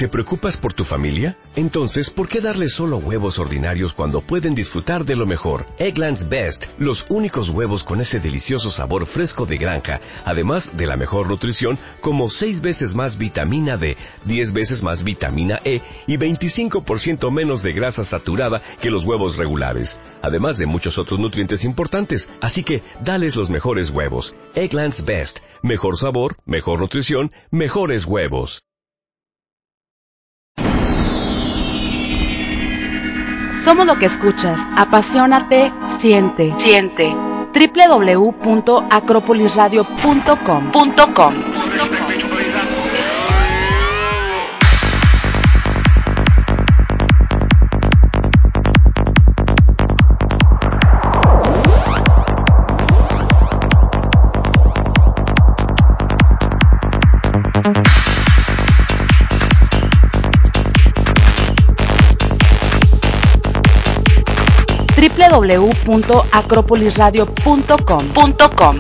¿Te preocupas por tu familia? Entonces, ¿por qué darles solo huevos ordinarios cuando pueden disfrutar de lo mejor? Eggland's Best, los únicos huevos con ese delicioso sabor fresco de granja, además de la mejor nutrición, como 6 veces más vitamina D, 10 veces más vitamina E y 25% menos de grasa saturada que los huevos regulares, además de muchos otros nutrientes importantes. Así que, dales los mejores huevos. Eggland's Best, mejor sabor, mejor nutrición, mejores huevos. Somos lo que escuchas. Apasionate, siente. www.acropolisradio.com. www.acropolisradio.com.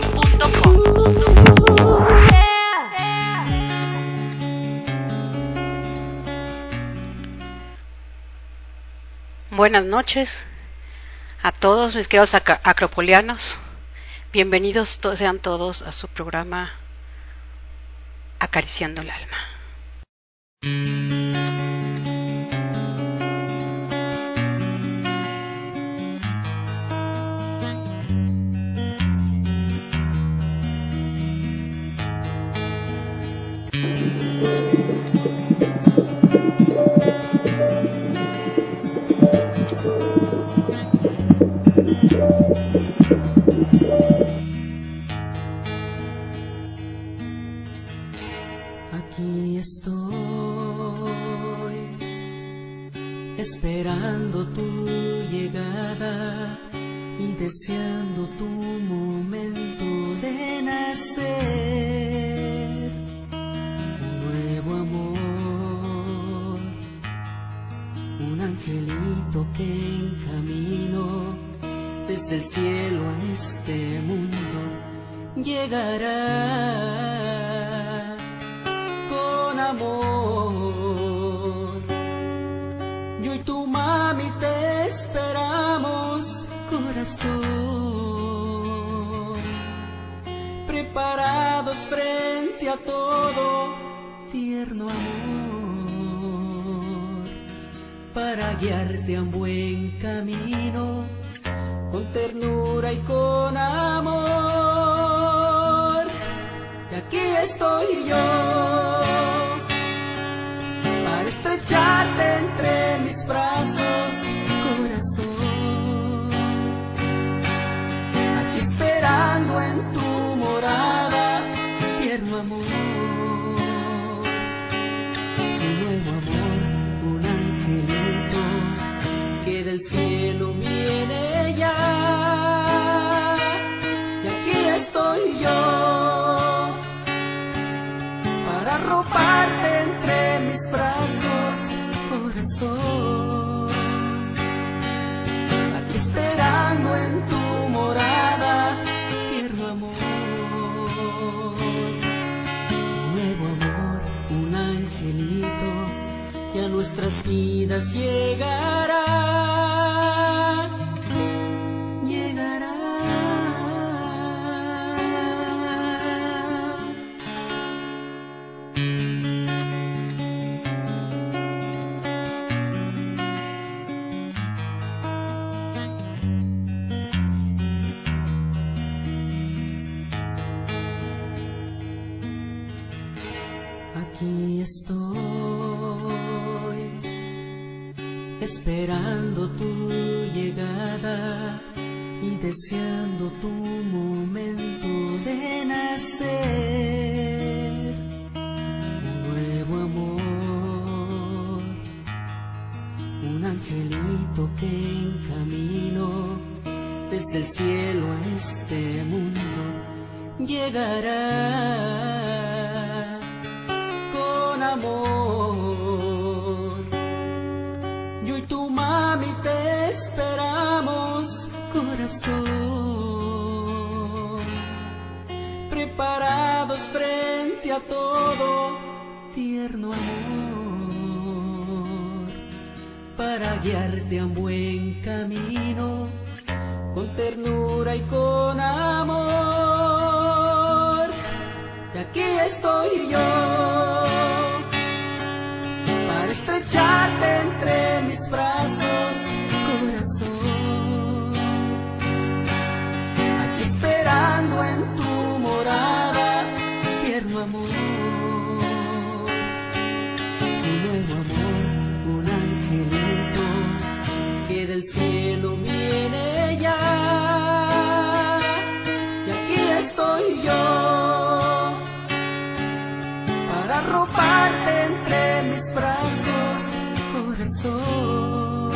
Buenas noches a todos mis queridos acropolianos. Bienvenidos sean todos a su programa Acariciando el Alma. Aquí estoy, esperando tu llegada y deseando tu momento de nacer. Un nuevo amor, un angelito que en camino desde el cielo a este mundo llegará con amor. Yo y tu mami te esperamos, corazón, preparados frente a todo, tierno amor, para guiarte a un buen camino, con ternura y con amor. Y aquí estoy yo, para estrecharte entre mis brazos, corazón, aquí esperando en tu morada, tierno amor, un nuevo amor, un angelito que del cielo viene ya. Y aquí estoy yo, para arroparte entre mis brazos, corazón, aquí esperando en tu morada, tierno amor, un nuevo amor, un angelito que a nuestras vidas llegará. Aquí estoy, esperando tu llegada y deseando tu momento de nacer. Un nuevo amor, un angelito que en camino desde el cielo a este mundo llegará con amor. Yo y tu mami te esperamos, corazón, preparados frente a todo, tierno amor, para guiarte a un buen camino, con ternura y con amor. Y aquí estoy yo, para estrecharte entre mis brazos, corazón. Aquí esperando en tu morada, tierno amor. Un nuevo amor, un angelito que del cielo viene ya. Y aquí estoy yo, para arroparte entre mis brazos, corazón.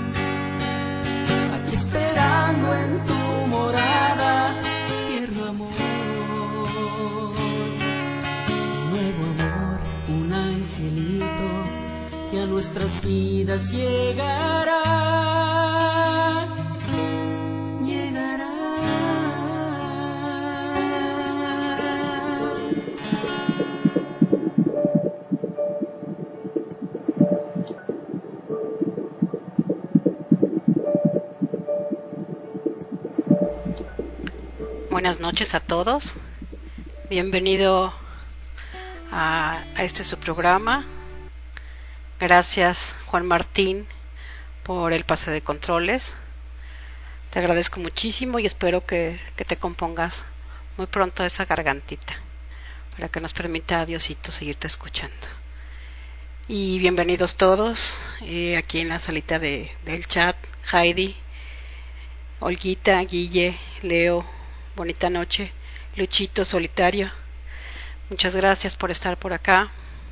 Aquí esperando en tu morada, tierno amor. Un nuevo amor, un angelito que a nuestras vidas llegará. Buenas noches a todos. Bienvenido a este su programa. Gracias, Juan Martín, por el pase de controles. Te agradezco muchísimo y espero que te compongas muy pronto esa gargantita para que nos permita, Diosito, seguirte escuchando. Y bienvenidos todos aquí en la salita del chat. Heidi, Olguita, Guille, Leo, bonita noche, Luchito Solitario, muchas gracias por estar por acá,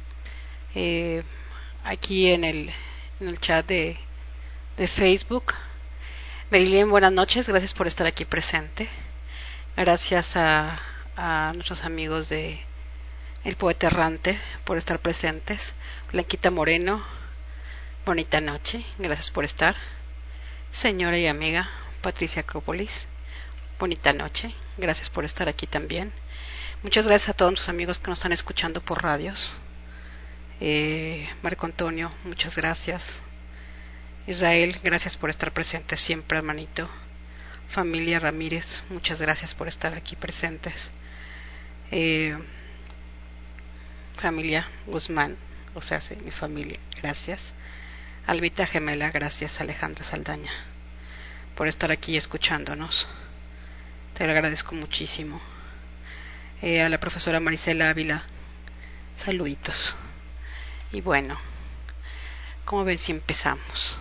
aquí en el chat de Facebook. Marilyn, buenas noches, gracias por estar aquí presente. Gracias a nuestros amigos de El Poeta Errante por estar presentes. Blanquita Moreno, bonita noche, gracias por estar. Señora y amiga Patricia Acrópolis, bonita noche, gracias por estar aquí también. Muchas gracias a todos nuestros amigos que nos están escuchando por radios. Marco Antonio, muchas gracias. Israel, gracias por estar presente siempre, hermanito. Familia Ramírez, muchas gracias por estar aquí presentes. Familia Guzmán, o sea, sí, mi familia, gracias. Albita Gemela, gracias. Alejandra Saldaña, por estar aquí escuchándonos. Te lo agradezco muchísimo. A la profesora Marisela Ávila, saluditos. Y bueno, ¿cómo ven si empezamos?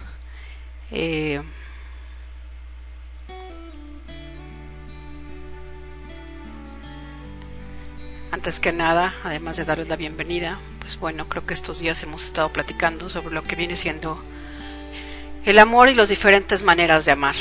Antes que nada, además de darles la bienvenida, pues bueno, creo que estos días hemos estado platicando sobre lo que viene siendo el amor y las diferentes maneras de amar.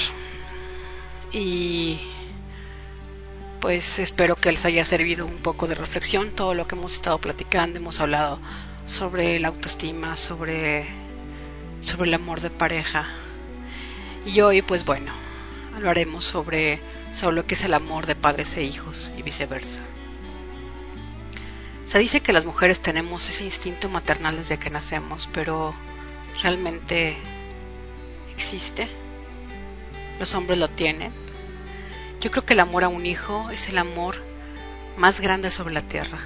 Y pues espero que les haya servido un poco de reflexión todo lo que hemos estado platicando. Hemos hablado sobre la autoestima, sobre el amor de pareja. Y hoy, pues bueno, hablaremos sobre lo que es el amor de padres e hijos y viceversa. Se dice que las mujeres tenemos ese instinto maternal desde que nacemos, pero ¿realmente existe? ¿Los hombres lo tienen? Yo creo que el amor a un hijo es el amor más grande sobre la tierra.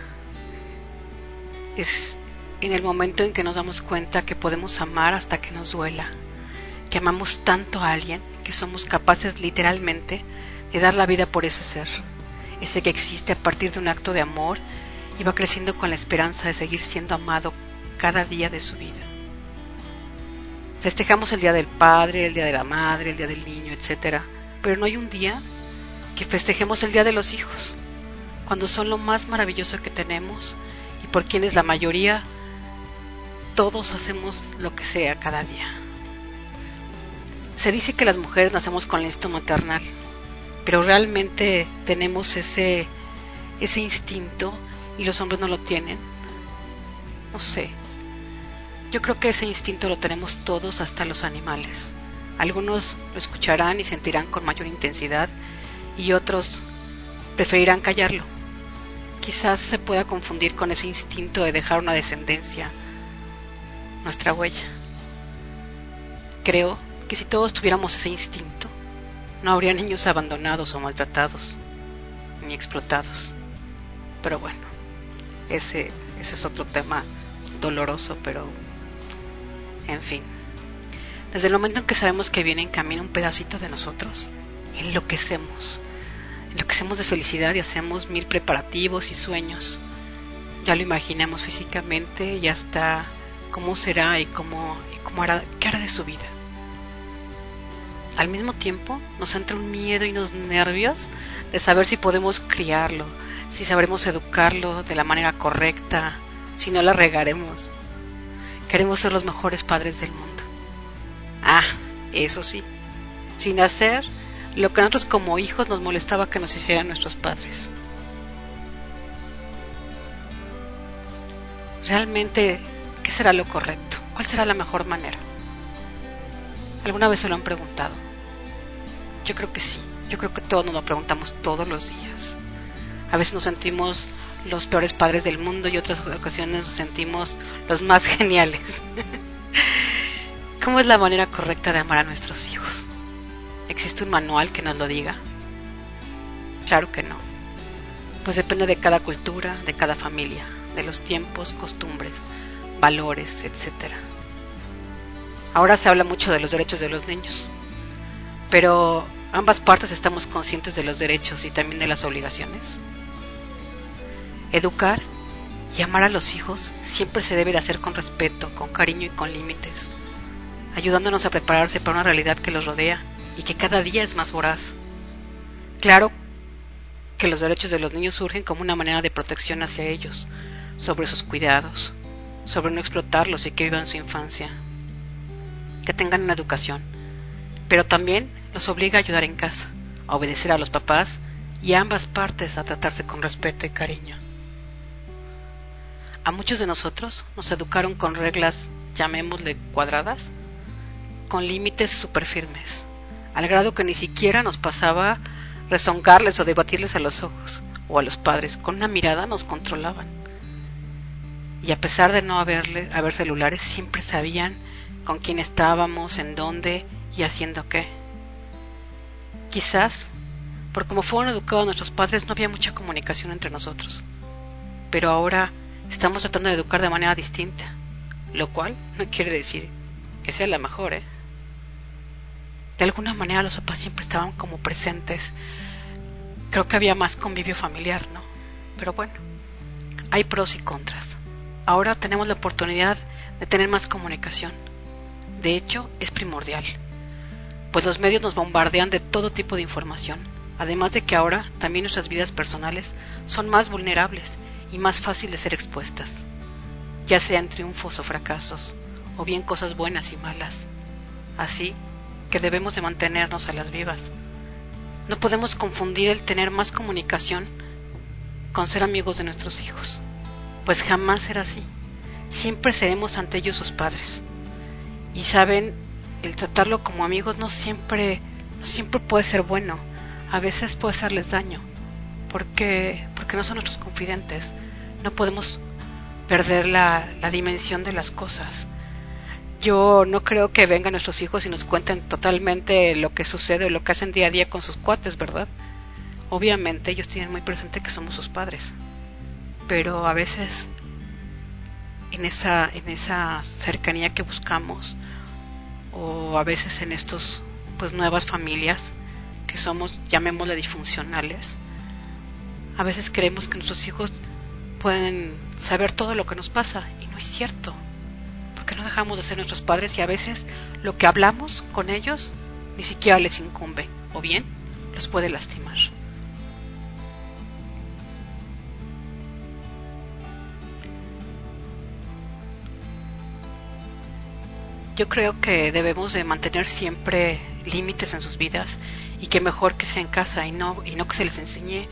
Es en el momento en que nos damos cuenta que podemos amar hasta que nos duela, que amamos tanto a alguien que somos capaces literalmente de dar la vida por ese ser, ese que existe a partir de un acto de amor y va creciendo con la esperanza de seguir siendo amado cada día de su vida. Festejamos el Día del Padre, el Día de la Madre, el Día del Niño, etc. Pero no hay un día que festejemos el Día de los Hijos, cuando son lo más maravilloso que tenemos y por quienes la mayoría todos hacemos lo que sea cada día. Se dice que las mujeres nacemos con el instinto maternal, pero realmente tenemos ese instinto y los hombres no lo tienen. No sé. Yo creo que ese instinto lo tenemos todos, hasta los animales. Algunos lo escucharán y sentirán con mayor intensidad y otros preferirán callarlo. Quizás se pueda confundir con ese instinto de dejar una descendencia, nuestra huella. creo que si todos tuviéramos ese instinto, no habría niños abandonados o maltratados, ni explotados. Pero bueno, ese es otro tema doloroso, pero en fin. Desde el momento en que sabemos que viene en camino un pedacito de nosotros, enloquecemos de felicidad y hacemos 1000 preparativos y sueños. Ya lo imaginamos físicamente y hasta cómo será y cómo hará, qué hará de su vida. Al mismo tiempo nos entra un miedo y unos nervios de saber si podemos criarlo, si sabremos educarlo de la manera correcta, si no la regaremos. Queremos ser los mejores padres del mundo. Eso sí, sin hacer lo que a nosotros como hijos nos molestaba que nos hicieran nuestros padres. Realmente, ¿qué será lo correcto? ¿Cuál será la mejor manera? ¿Alguna vez se lo han preguntado? Yo creo que sí. Yo creo que todos nos lo preguntamos todos los días. A veces nos sentimos los peores padres del mundo y otras ocasiones nos sentimos los más geniales. ¿Cómo es la manera correcta de amar a nuestros hijos? ¿Existe un manual que nos lo diga? Claro que no. Pues depende de cada cultura, de cada familia, de los tiempos, costumbres, valores, etc. Ahora se habla mucho de los derechos de los niños, pero ambas partes estamos conscientes de los derechos y también de las obligaciones. Educar y amar a los hijos siempre se debe de hacer con respeto, con cariño y con límites, ayudándonos a prepararse para una realidad que los rodea y que cada día es más voraz. Claro que los derechos de los niños surgen como una manera de protección hacia ellos, sobre sus cuidados, sobre no explotarlos y que vivan su infancia, que tengan una educación, pero también los obliga a ayudar en casa, a obedecer a los papás y a ambas partes a tratarse con respeto y cariño. A muchos de nosotros nos educaron con reglas, llamémosle cuadradas, con límites súper firmes, al grado que ni siquiera nos pasaba rezongarles o debatirles a los ojos, o a los padres, con una mirada nos controlaban. Y a pesar de no haber celulares, siempre sabían con quién estábamos, en dónde y haciendo qué. Quizás, por cómo fueron educados nuestros padres, no había mucha comunicación entre nosotros. Pero ahora estamos tratando de educar de manera distinta, lo cual no quiere decir que sea la mejor, De alguna manera los papás siempre estaban como presentes. Creo que había más convivio familiar, ¿no? Pero bueno, hay pros y contras. Ahora tenemos la oportunidad de tener más comunicación. De hecho, es primordial, pues los medios nos bombardean de todo tipo de información, además de que ahora también nuestras vidas personales son más vulnerables y más fáciles de ser expuestas, ya sean triunfos o fracasos, o bien cosas buenas y malas. Así que debemos de mantenernos a las vivas. No podemos confundir el tener más comunicación con ser amigos de nuestros hijos, pues jamás será así. Siempre seremos ante ellos sus padres. Y saben, el tratarlo como amigos no siempre puede ser bueno. A veces puede hacerles daño, porque no son nuestros confidentes. No podemos perder la dimensión de las cosas. Yo no creo que vengan nuestros hijos y nos cuenten totalmente lo que sucede o lo que hacen día a día con sus cuates, ¿verdad? Obviamente ellos tienen muy presente que somos sus padres, pero a veces en esa cercanía que buscamos, o a veces en estos pues nuevas familias que somos, llamémosle disfuncionales, a veces creemos que nuestros hijos pueden saber todo lo que nos pasa, y no es cierto, porque no dejamos de ser nuestros padres y a veces lo que hablamos con ellos ni siquiera les incumbe, o bien los puede lastimar. Yo creo que debemos de mantener siempre límites en sus vidas, y que mejor que sea en casa y no que se les enseñe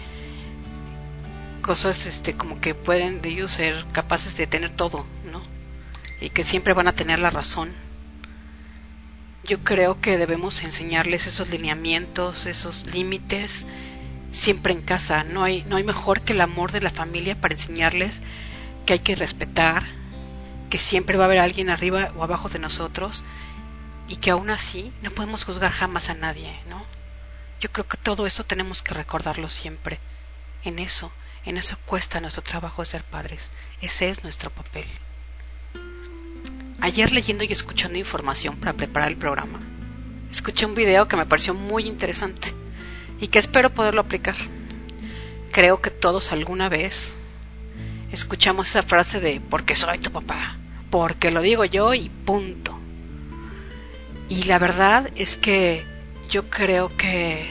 cosas como que pueden ellos ser capaces de tener todo, ¿no? Y que siempre van a tener la razón. Yo creo que debemos enseñarles esos lineamientos, esos límites siempre en casa. No hay mejor que el amor de la familia para enseñarles que hay que respetar, que siempre va a haber alguien arriba o abajo de nosotros, y que aún así no podemos juzgar jamás a nadie, ¿no? Yo creo que todo eso tenemos que recordarlo siempre. En eso cuesta nuestro trabajo de ser padres. Ese es nuestro papel. Ayer, leyendo y escuchando información para preparar el programa, escuché un video que me pareció muy interesante y que espero poderlo aplicar. Creo que todos alguna vez escuchamos esa frase de porque soy tu papá, porque lo digo yo y punto. Y la verdad es que yo creo que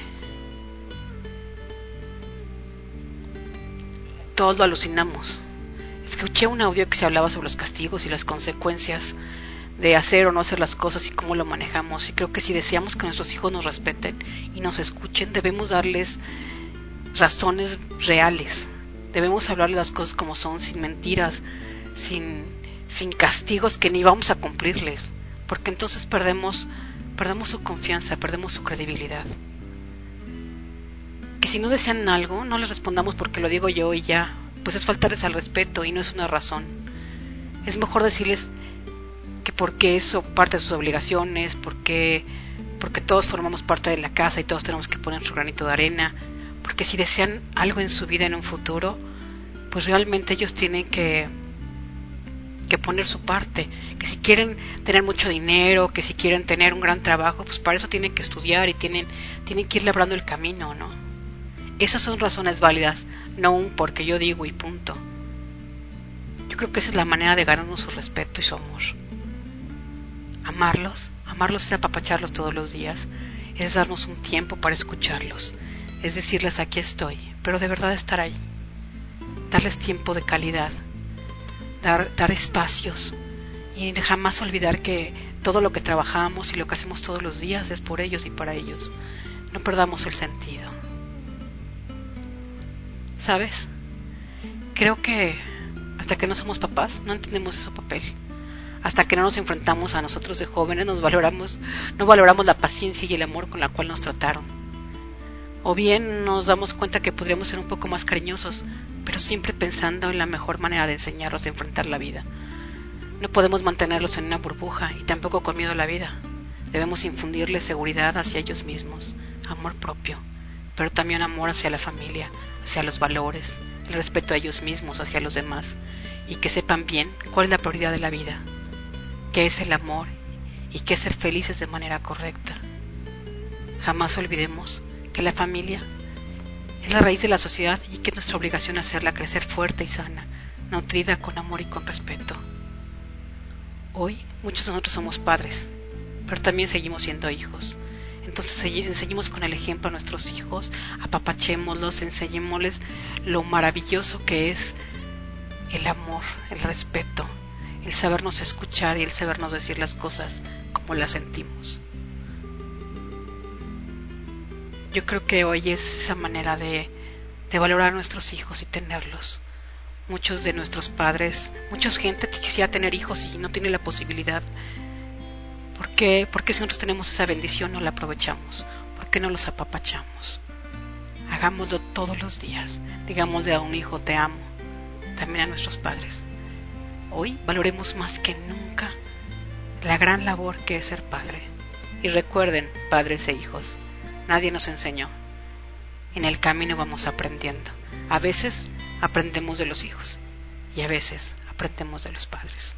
todos lo alucinamos. Escuché un audio que se hablaba sobre los castigos y las consecuencias de hacer o no hacer las cosas y cómo lo manejamos. Y creo que si deseamos que nuestros hijos nos respeten y nos escuchen, debemos darles razones reales. Debemos hablarles las cosas como son, sin mentiras, sin castigos que ni vamos a cumplirles, porque entonces perdemos su confianza, perdemos su credibilidad. Que si no desean algo, no les respondamos porque lo digo yo y ya, pues es faltarles al respeto y no es una razón. Es mejor decirles que porque eso parte de sus obligaciones, porque todos formamos parte de la casa y todos tenemos que poner nuestro granito de arena, porque si desean algo en su vida en un futuro, pues realmente ellos tienen que poner su parte, que si quieren tener mucho dinero, que si quieren tener un gran trabajo, pues para eso tienen que estudiar y tienen que ir labrando el camino, ¿no? Esas son razones válidas, no un porque yo digo y punto. Yo creo que esa es la manera de ganarnos su respeto y su amor. Amarlos es apapacharlos todos los días, es darnos un tiempo para escucharlos, es decirles aquí estoy, pero de verdad estar ahí, darles tiempo de calidad, dar espacios y jamás olvidar que todo lo que trabajamos y lo que hacemos todos los días es por ellos y para ellos. No perdamos el sentido. ¿Sabes? Creo que hasta que no somos papás no entendemos ese papel. Hasta que no nos enfrentamos a nosotros de jóvenes no valoramos la paciencia y el amor con la cual nos trataron. O bien nos damos cuenta que podríamos ser un poco más cariñosos, pero siempre pensando en la mejor manera de enseñarlos a enfrentar la vida. No podemos mantenerlos en una burbuja y tampoco con miedo a la vida. Debemos infundirles seguridad hacia ellos mismos, amor propio, pero también amor hacia la familia, hacia los valores, el respeto a ellos mismos, hacia los demás, y que sepan bien cuál es la prioridad de la vida, qué es el amor y qué es ser felices de manera correcta. Jamás olvidemos que la familia es la raíz de la sociedad y que es nuestra obligación hacerla crecer fuerte y sana, nutrida con amor y con respeto. Hoy muchos de nosotros somos padres, pero también seguimos siendo hijos. Entonces enseñemos con el ejemplo a nuestros hijos, apapachémoslos, enseñémosles lo maravilloso que es el amor, el respeto, el sabernos escuchar y el sabernos decir las cosas como las sentimos. Yo creo que hoy es esa manera de valorar a nuestros hijos y tenerlos. Muchos de nuestros padres, mucha gente que quisiera tener hijos y no tiene la posibilidad. ¿Por qué si nosotros tenemos esa bendición no la aprovechamos? ¿Por qué no los apapachamos? Hagámoslo todos los días. Digámosle a un hijo te amo, también a nuestros padres. Hoy valoremos más que nunca la gran labor que es ser padre. Y recuerden, padres e hijos, nadie nos enseñó. En el camino vamos aprendiendo. A veces aprendemos de los hijos y a veces aprendemos de los padres.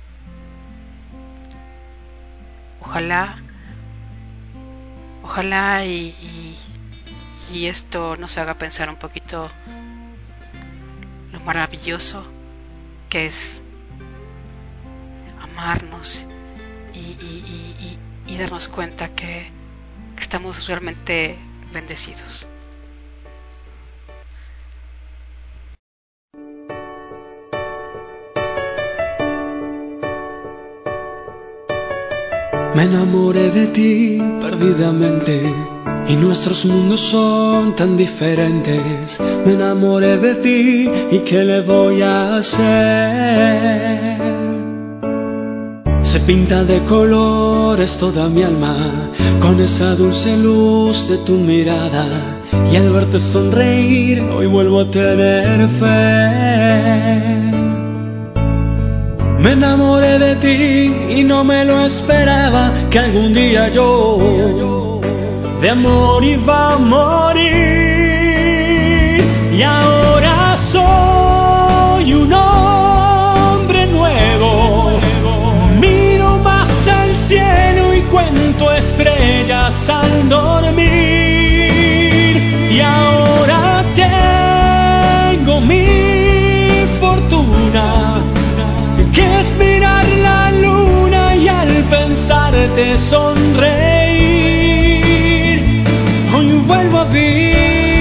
Ojalá y esto nos haga pensar un poquito lo maravilloso que es amarnos y darnos cuenta que estamos realmente bendecidos. Me enamoré de ti perdidamente y nuestros mundos son tan diferentes. Me enamoré de ti y ¿qué le voy a hacer? Se pinta de colores toda mi alma con esa dulce luz de tu mirada y al verte sonreír hoy vuelvo a tener fe. Me enamoré de ti y no me lo esperaba, que algún día yo de amor iba a morir. Y ahora soy un hombre nuevo, miro más al cielo y cuento estrellas al dormir. Y ahora tengo mi fortuna, que es mirar la luna y al pensarte sonreír. Hoy vuelvo a vivir.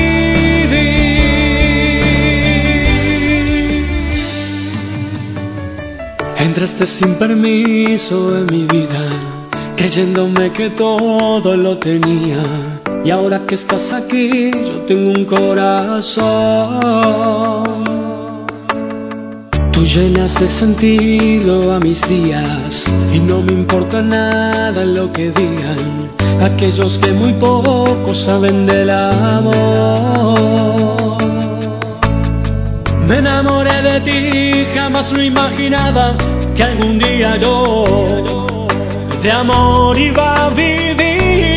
Entraste sin permiso en mi vida, creyéndome que todo lo tenía. Y ahora que estás aquí, yo tengo un corazón. Tú llenas de sentido a mis días y no me importa nada lo que digan aquellos que muy poco saben del amor. Me enamoré de ti, jamás lo imaginaba, que algún día yo de amor iba a vivir.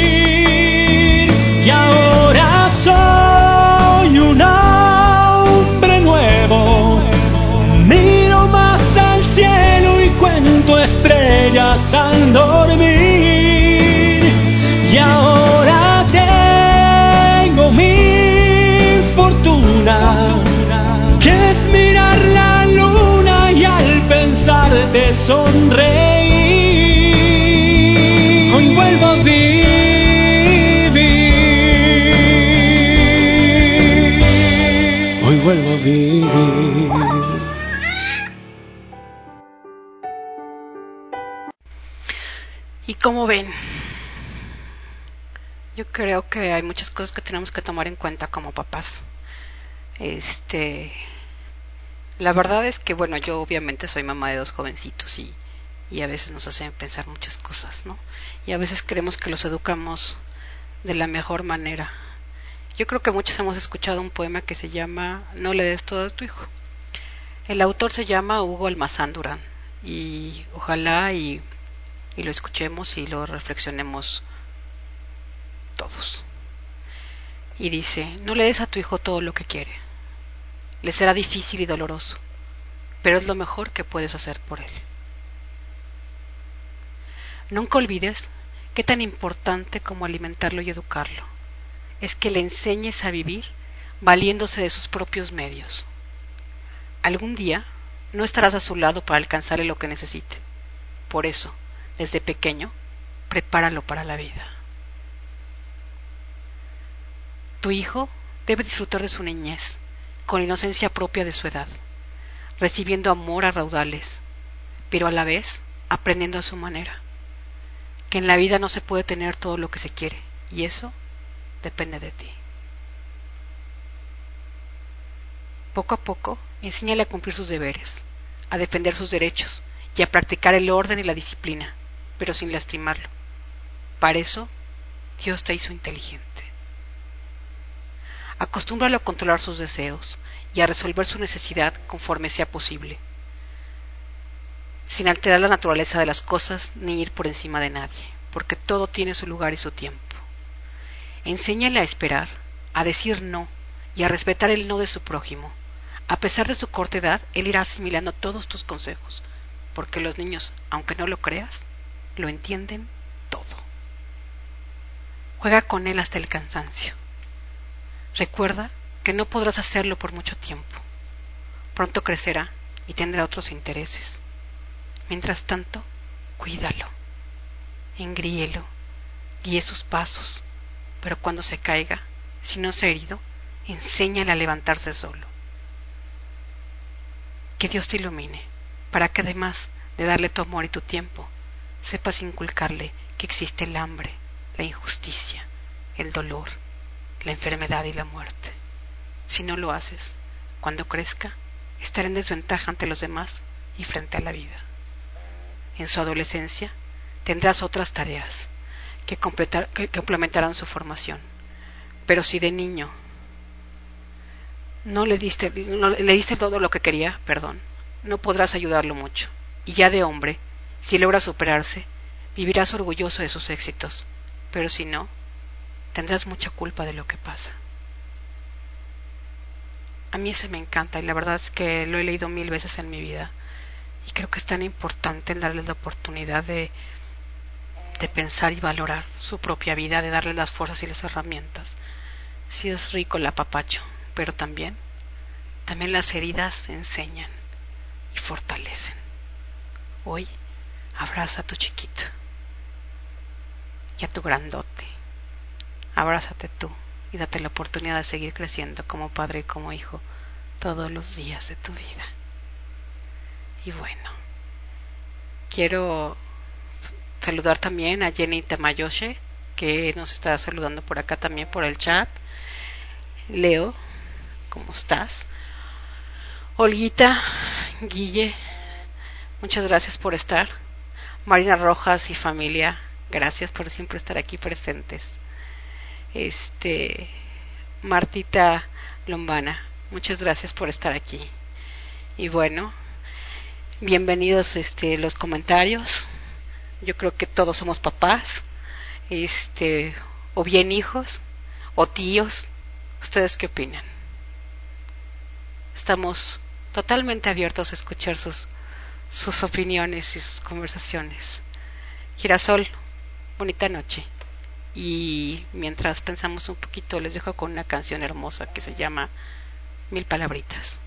Y ahora soy un hombre nuevo, miro más al cielo y cuento estrellas al dormir. Y ahora tengo mi fortuna, que es mirar la luna y al pensarte sonreír. Hoy vuelvo a vivir. Hoy vuelvo a vivir. ¿Y cómo ven? Yo creo que hay muchas cosas que tenemos que tomar en cuenta como papás. La verdad es que, bueno, yo obviamente soy mamá de 2 jovencitos y a veces nos hacen pensar muchas cosas, ¿no? Y a veces creemos que los educamos de la mejor manera. Yo creo que muchos hemos escuchado un poema que se llama No le des todo a tu hijo. El autor se llama Hugo Almazán Durán y ojalá y lo escuchemos y lo reflexionemos todos. Y dice: no le des a tu hijo todo lo que quiere. Le será difícil y doloroso, pero es lo mejor que puedes hacer por él. Nunca olvides que tan importante como alimentarlo y educarlo es que le enseñes a vivir valiéndose de sus propios medios. Algún día no estarás a su lado para alcanzarle lo que necesite. Por eso, desde pequeño, prepáralo para la vida. Tu hijo debe disfrutar de su niñez, con inocencia propia de su edad, recibiendo amor a raudales, pero a la vez aprendiendo a su manera, que en la vida no se puede tener todo lo que se quiere, y eso depende de ti. Poco a poco, enséñale a cumplir sus deberes, a defender sus derechos y a practicar el orden y la disciplina, pero sin lastimarlo. Para eso, Dios te hizo inteligente. Acostúmbralo a controlar sus deseos y a resolver su necesidad conforme sea posible, sin alterar la naturaleza de las cosas ni ir por encima de nadie, porque todo tiene su lugar y su tiempo. Enséñale a esperar, a decir no y a respetar el no de su prójimo. A pesar de su corta edad, él irá asimilando todos tus consejos, porque los niños, aunque no lo creas, lo entienden todo. Juega con él hasta el cansancio. Recuerda que no podrás hacerlo por mucho tiempo. Pronto crecerá y tendrá otros intereses. Mientras tanto, cuídalo, engríelo, guíe sus pasos, pero cuando se caiga, si no se ha herido, enséñale a levantarse solo. Que Dios te ilumine, para que además de darle tu amor y tu tiempo, sepas inculcarle que existe el hambre, la injusticia, el dolor, la enfermedad y la muerte. Si no lo haces, cuando crezca, estará en desventaja ante los demás y frente a la vida. En su adolescencia, tendrás otras tareas que complementarán su formación. Pero si de niño no le diste todo lo que quería, no podrás ayudarlo mucho. Y ya de hombre, si logra superarse, vivirás orgulloso de sus éxitos, pero si no, tendrás mucha culpa de lo que pasa. A mí ese me encanta y la verdad es que lo he leído 1000 veces en mi vida y creo que es tan importante el darles la oportunidad de pensar y valorar su propia vida, de darles las fuerzas y las herramientas. Sí es rico el apapacho, pero también las heridas enseñan y fortalecen. Hoy abraza a tu chiquito y a tu grandote. Abrázate tú y date la oportunidad de seguir creciendo como padre y como hijo todos los días de tu vida. Y bueno, quiero saludar también a Jenny Tamayoshe, que nos está saludando por acá también por el chat. Leo, ¿cómo estás? Olguita, Guille, muchas gracias por estar. Marina Rojas y familia, gracias por siempre estar aquí presentes. Martita Lombana, muchas gracias por estar aquí. Y bueno, bienvenidos los comentarios. Yo creo que todos somos papás, o bien hijos, o tíos. ¿Ustedes qué opinan? Estamos totalmente abiertos a escuchar sus opiniones y sus conversaciones. Girasol, bonita noche. Y mientras pensamos un poquito, les dejo con una canción hermosa que se llama 1000 palabritas.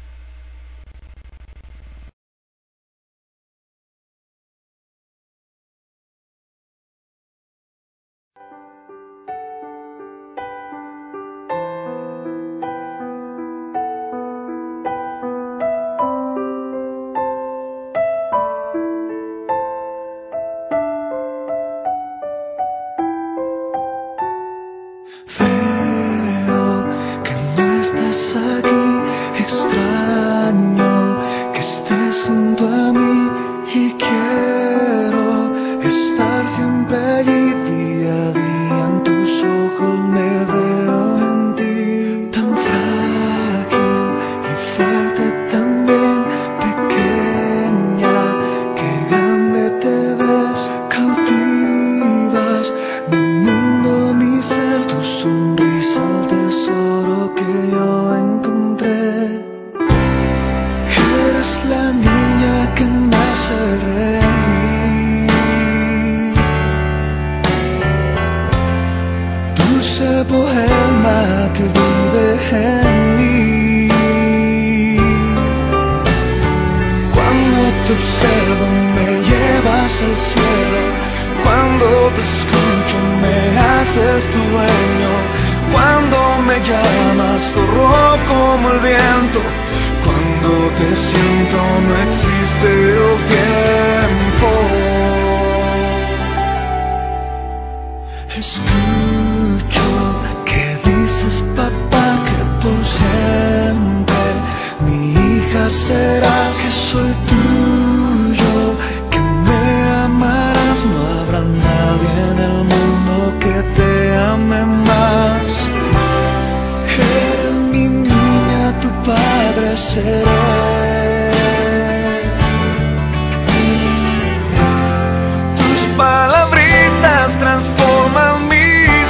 Tus palabritas transforman mi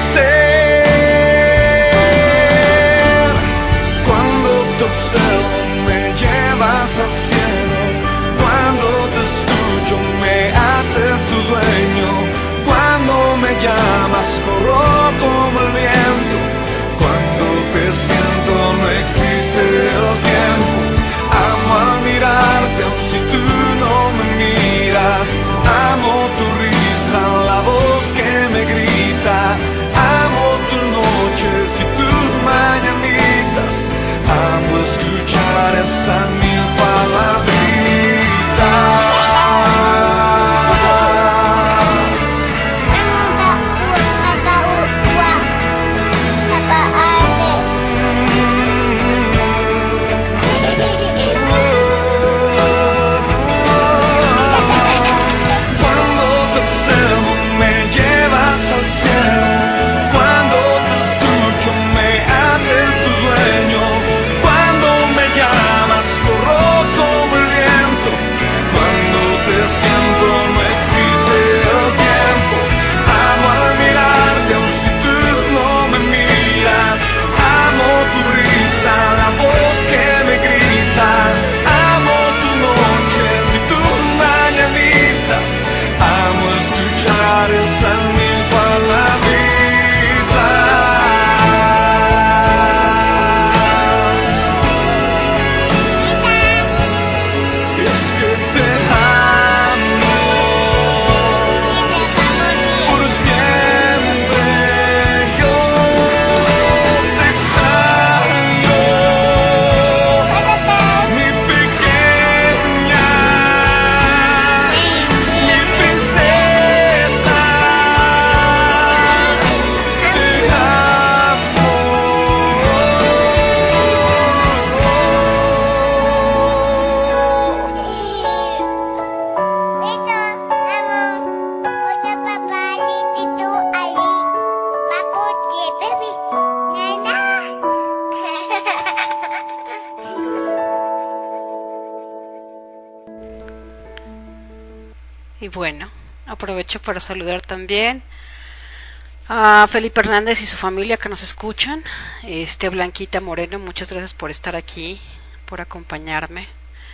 bueno, aprovecho para saludar también a Felipe Hernández y su familia que nos escuchan. Blanquita Moreno, muchas gracias por estar aquí, por acompañarme.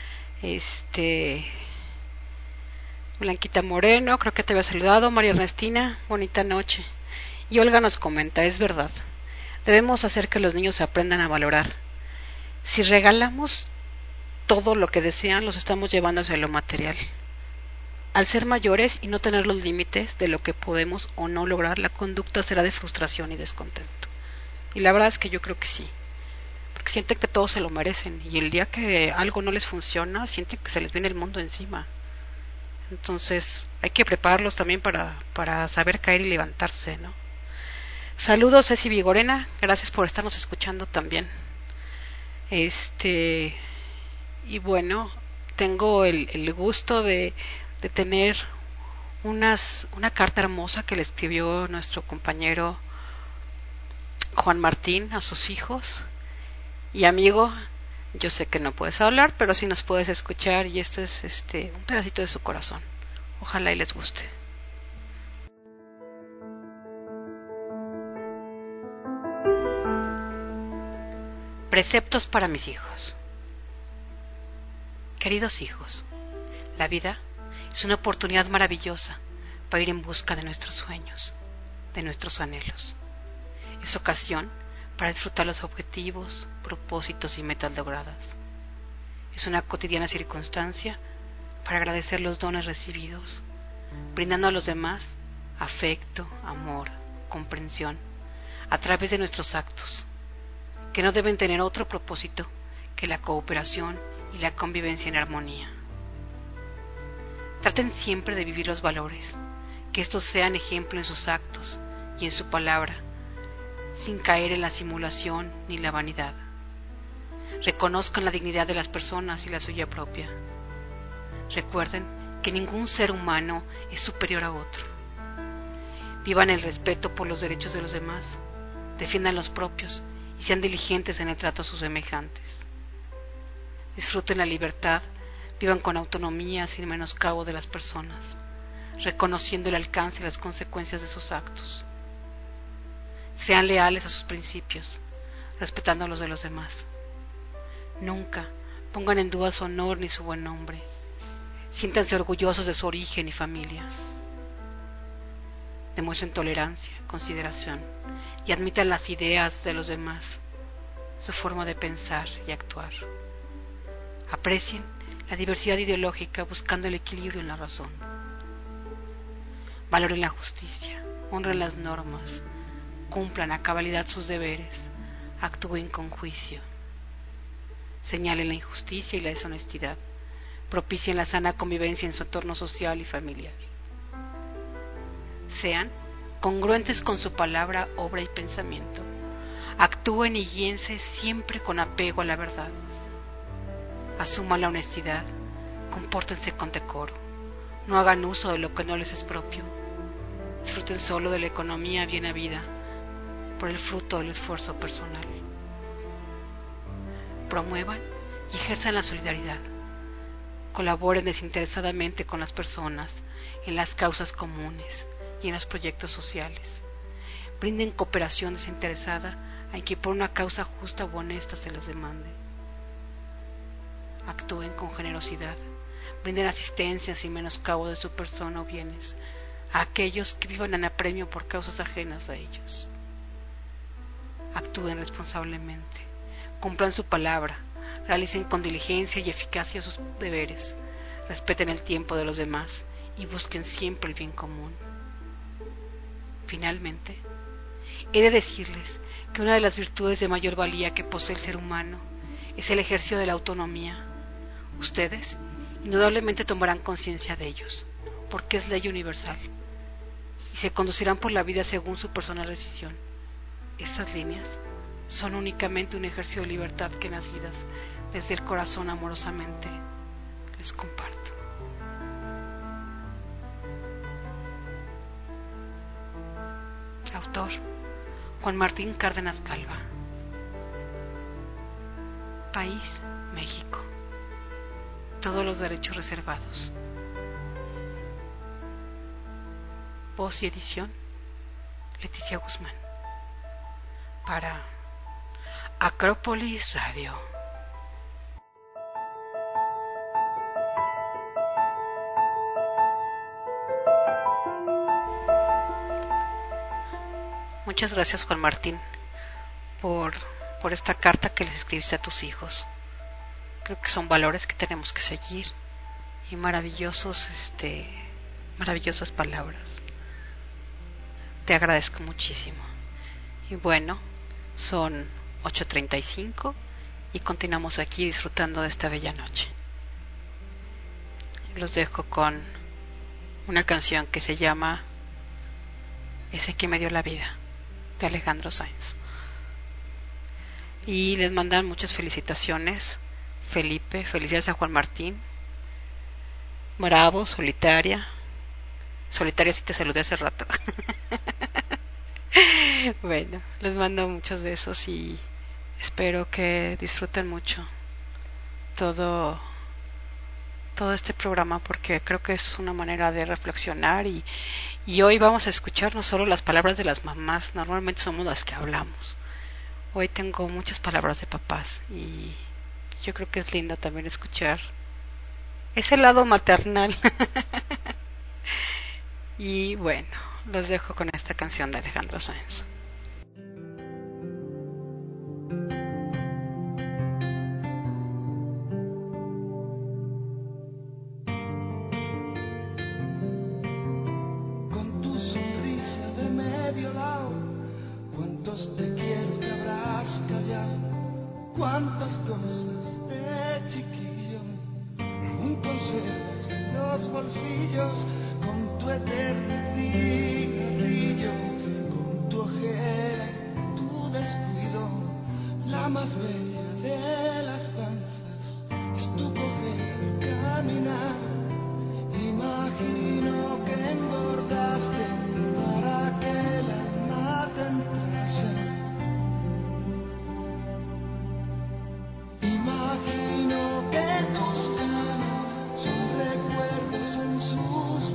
Blanquita Moreno, creo que te había saludado. María Ernestina, bonita noche. Y Olga nos comenta, es verdad, debemos hacer que los niños aprendan a valorar. Si regalamos todo lo que desean, los estamos llevando hacia lo material. Al ser mayores y no tener los límites de lo que podemos o no lograr, la conducta será de frustración y descontento. Y la verdad es que yo creo que sí, porque sienten que todos se lo merecen y el día que algo no les funciona, sienten que se les viene el mundo encima. Entonces hay que prepararlos también para saber caer y levantarse, ¿no? Saludos, Ceci Vigorena, gracias por estarnos escuchando también. Y bueno, tengo el gusto de tener una carta hermosa que le escribió nuestro compañero Juan Martín a sus hijos. Y amigo, yo sé que no puedes hablar, pero sí nos puedes escuchar, y esto es un pedacito de su corazón. Ojalá y les guste. Preceptos para mis hijos. Queridos hijos, la vida es una oportunidad maravillosa para ir en busca de nuestros sueños, de nuestros anhelos. Es ocasión para disfrutar los objetivos, propósitos y metas logradas. Es una cotidiana circunstancia para agradecer los dones recibidos, brindando a los demás afecto, amor, comprensión, a través de nuestros actos, que no deben tener otro propósito que la cooperación y la convivencia en armonía. Traten siempre de vivir los valores, que estos sean ejemplo en sus actos y en su palabra, sin caer en la simulación ni la vanidad. Reconozcan la dignidad de las personas y la suya propia. Recuerden que ningún ser humano es superior a otro. Vivan el respeto por los derechos de los demás, defiendan los propios y sean diligentes en el trato a sus semejantes. Disfruten la libertad, vivan con autonomía sin menoscabo de las personas, reconociendo el alcance y las consecuencias de sus actos. Sean leales a sus principios, respetando los de los demás. Nunca pongan en duda su honor ni su buen nombre. Siéntanse orgullosos de su origen y familia. Demuestren tolerancia, consideración y admitan las ideas de los demás, su forma de pensar y actuar. Aprecien la diversidad ideológica buscando el equilibrio en la razón. Valoren la justicia, honren las normas, cumplan a cabalidad sus deberes, actúen con juicio. Señalen la injusticia y la deshonestidad, propicien la sana convivencia en su entorno social y familiar. Sean congruentes con su palabra, obra y pensamiento. Actúen y guíense siempre con apego a la verdad. Asuman la honestidad, compórtense con decoro, no hagan uso de lo que no les es propio. Disfruten solo de la economía bien habida, por el fruto del esfuerzo personal. Promuevan y ejerzan la solidaridad. Colaboren desinteresadamente con las personas en las causas comunes y en los proyectos sociales. Brinden cooperación desinteresada a quien por una causa justa o honesta se les demande. Actúen con generosidad, brinden asistencia sin menoscabo de su persona o bienes a aquellos que vivan en apremio por causas ajenas a ellos. Actúen responsablemente, cumplan su palabra, realicen con diligencia y eficacia sus deberes, respeten el tiempo de los demás y busquen siempre el bien común. Finalmente, he de decirles que una de las virtudes de mayor valía que posee el ser humano es el ejercicio de la autonomía. Ustedes indudablemente tomarán conciencia de ellos, porque es ley universal, y se conducirán por la vida según su personal decisión. Esas líneas son únicamente un ejercicio de libertad que, nacidas desde el corazón amorosamente, les comparto. Autor: Juan Martín Cárdenas Calva. País: México. Todos los derechos reservados. Voz y edición, Leticia Guzmán. Para Acrópolis Radio. Muchas gracias, Juan Martín, por esta carta que les escribiste a tus hijos. Creo que son valores que tenemos que seguir y maravillosas palabras. Te agradezco muchísimo. Y bueno, son 8:35 y continuamos aquí disfrutando de esta bella noche. Los dejo con una canción que se llama Ese que me dio la vida, de Alejandro Sanz. Y les mandan muchas felicitaciones. Felipe, felicidades a Juan Martín. Bravo, Solitaria. Solitaria, sí te saludé hace rato. Bueno, les mando muchos besos y espero que disfruten mucho todo este programa, porque creo que es una manera de reflexionar y hoy vamos a escuchar no solo las palabras de las mamás, normalmente somos las que hablamos. Hoy tengo muchas palabras de papás y yo creo que es lindo también escuchar ese lado maternal. Y bueno, los dejo con esta canción de Alejandro Sanz. Con tu sonrisa de medio lado, cuántos te quiero te habrás callado, cuántas cosas de chiquillo aún conservas en los bolsillos, con tu eterno cigarrillo, con tu ojera y tu descuido. La más bella de las danzas es tu correr al caminar. Imagino que engordaste para que el alma te entrase. Imagino que tus ganas son recuerdos en sus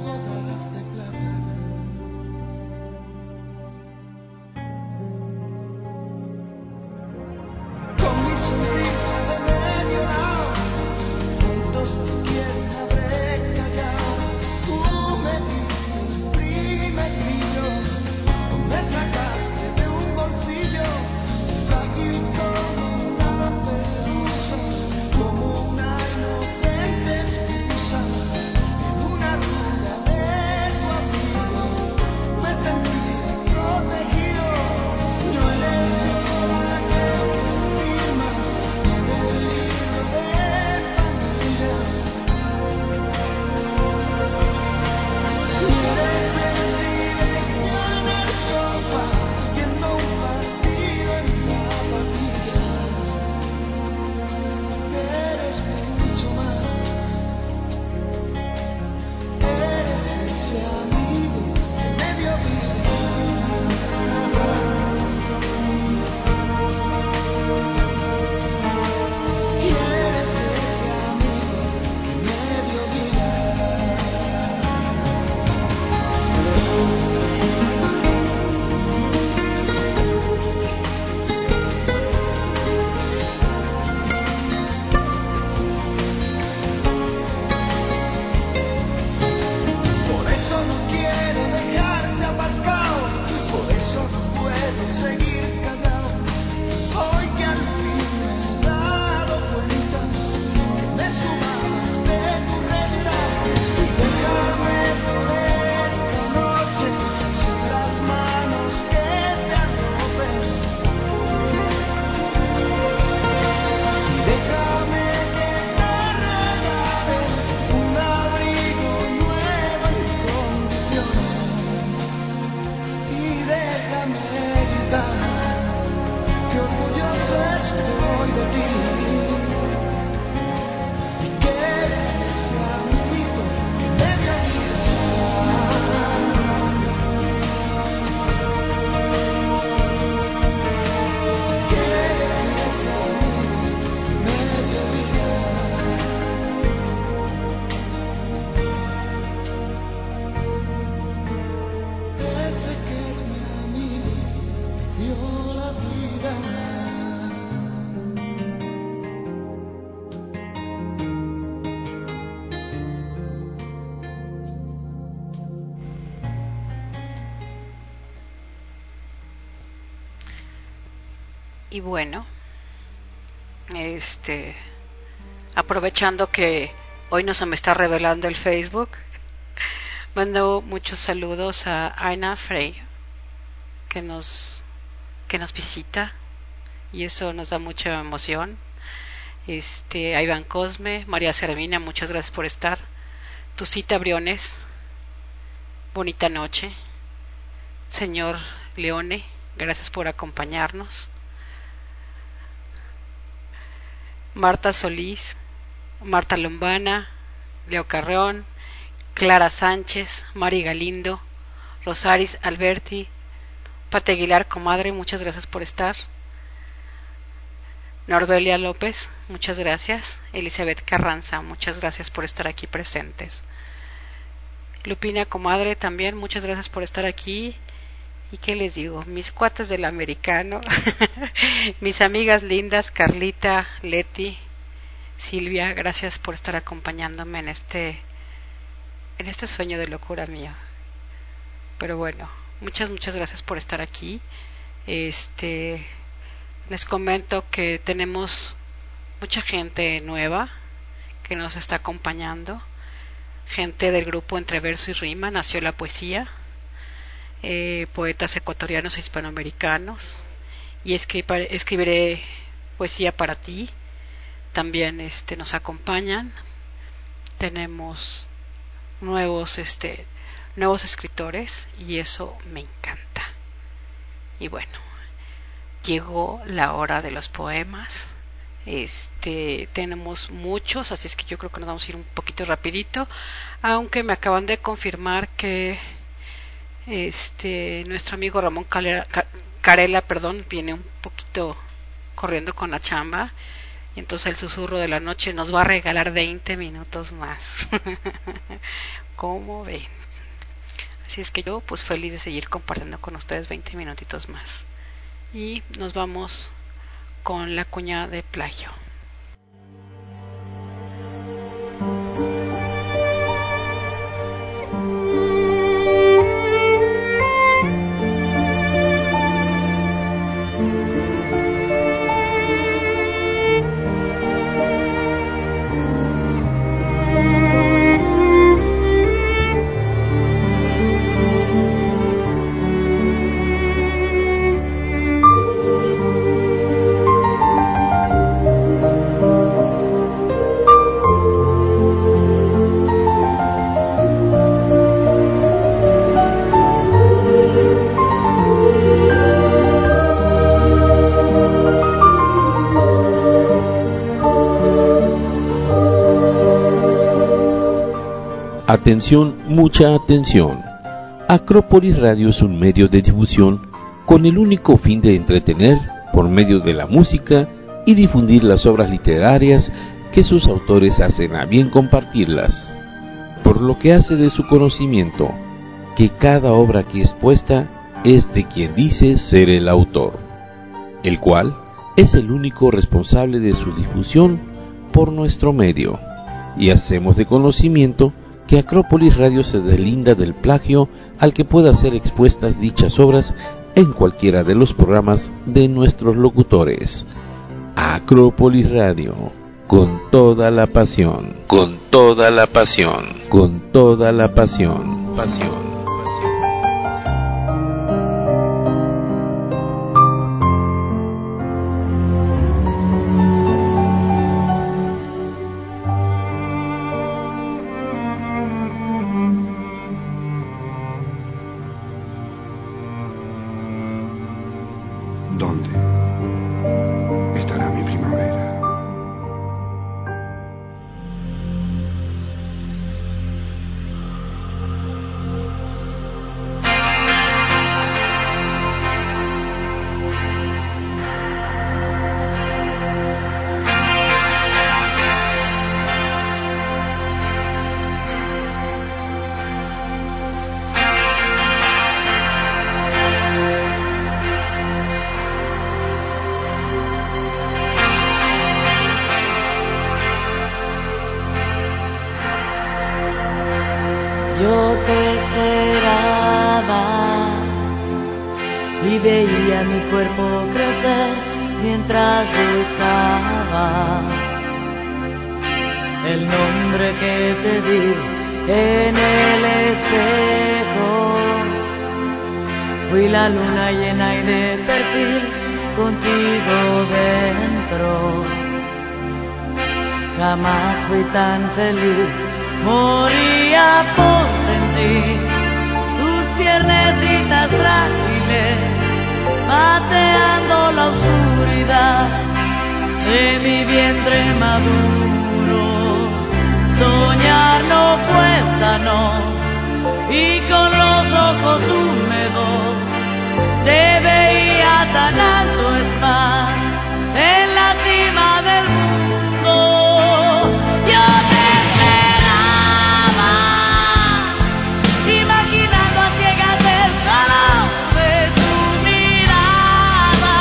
Y bueno, aprovechando que hoy no se me está revelando el Facebook, mando muchos saludos a Aina Frey, que nos visita, y eso nos da mucha emoción. A Iván Cosme, María Servina, muchas gracias por estar. Tucita Briones, bonita noche. Señor Leone, gracias por acompañarnos. Marta Solís, Marta Lombana, Leo Carreón, Clara Sánchez, Mari Galindo, Rosaris Alberti, Pate Aguilar, comadre, muchas gracias por estar. Norbelia López, muchas gracias. Elizabeth Carranza, muchas gracias por estar aquí presentes. Lupina, comadre, también muchas gracias por estar aquí. ¿Y qué les digo? Mis cuates del americano, mis amigas lindas, Carlita, Leti, Silvia, gracias por estar acompañándome en este sueño de locura mío. Pero bueno, muchas gracias por estar aquí. Les comento que tenemos mucha gente nueva que nos está acompañando, gente del grupo Entre Verso y Rima, nació la poesía, poetas ecuatorianos e hispanoamericanos, y escribiré poesía para ti. También nos acompañan. Tenemos nuevos escritores, y eso me encanta. Y bueno, llegó la hora de los poemas. Tenemos muchos, así es que yo creo que nos vamos a ir un poquito rapidito, aunque me acaban de confirmar que nuestro amigo Ramón Carela, viene un poquito corriendo con la chamba, y entonces el susurro de la noche nos va a regalar 20 minutos más. ¿Cómo ven? Así es que yo pues feliz de seguir compartiendo con ustedes 20 minutitos más. Y nos vamos con la cuña de plagio. Atención, mucha atención. Acrópolis Radio es un medio de difusión con el único fin de entretener por medio de la música y difundir las obras literarias que sus autores hacen a bien compartirlas, por lo que hace de su conocimiento que cada obra aquí expuesta es de quien dice ser el autor, el cual es el único responsable de su difusión por nuestro medio, y hacemos de conocimiento que Acrópolis Radio se deslinda del plagio al que pueda ser expuestas dichas obras en cualquiera de los programas de nuestros locutores. Acrópolis Radio, con toda la pasión, con toda la pasión, con toda la pasión, pasión. Yo te esperaba y veía mi cuerpo crecer mientras buscaba el nombre que te di en el espejo. Fui la luna llena y de perfil contigo dentro. Jamás fui tan feliz, moría por sentir tus piernecitas frágiles pateando la oscuridad de mi vientre maduro. Soñar no cuesta, no, y con los ojos húmedos te veía tan alto, es más, en la cima del mundo. Yo te esperaba, imaginando a ciegas el color de tu mirada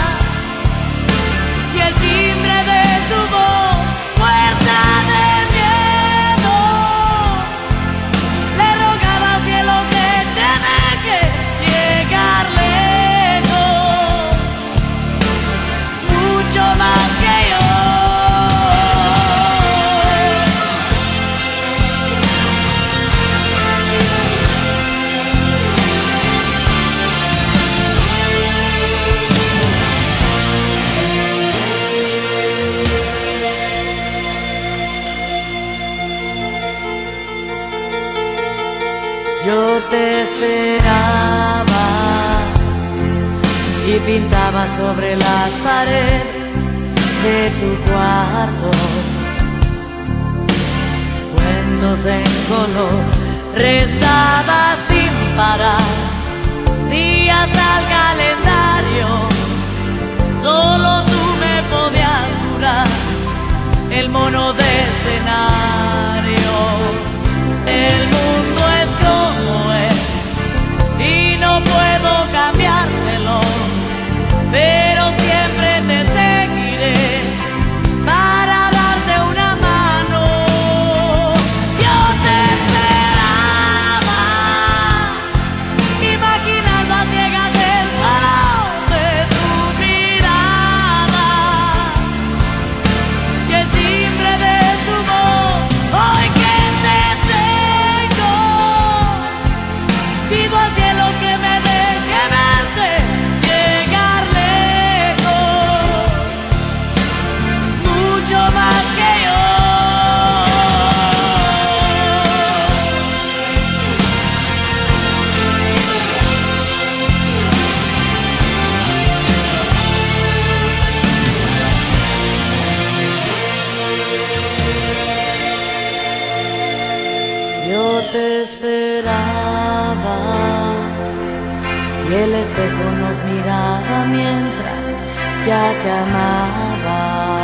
y el timbre de tu voz, fuerza de miedo. Le rogaba al cielo que te deje llegar lejos, mucho más que yo. Yo te esperaba y pintaba sobre las paredes de tu cuarto cuentos en color, rezaba sin parar días al calendario. Solo tú me podías curar el mono de escenario. El mundo es como es y no puedo cambiártelo, pero siempre te seguiré para darte una mano. Yo te esperaba, imaginando a ciegas el color de tu mirada y el timbre de tu voz. Hoy que te tengo, pido al cielo que me deje verte llegar lejos, mucho más que yo. Yo te esperaba y el espejo nos miraba mientras ya te amaba.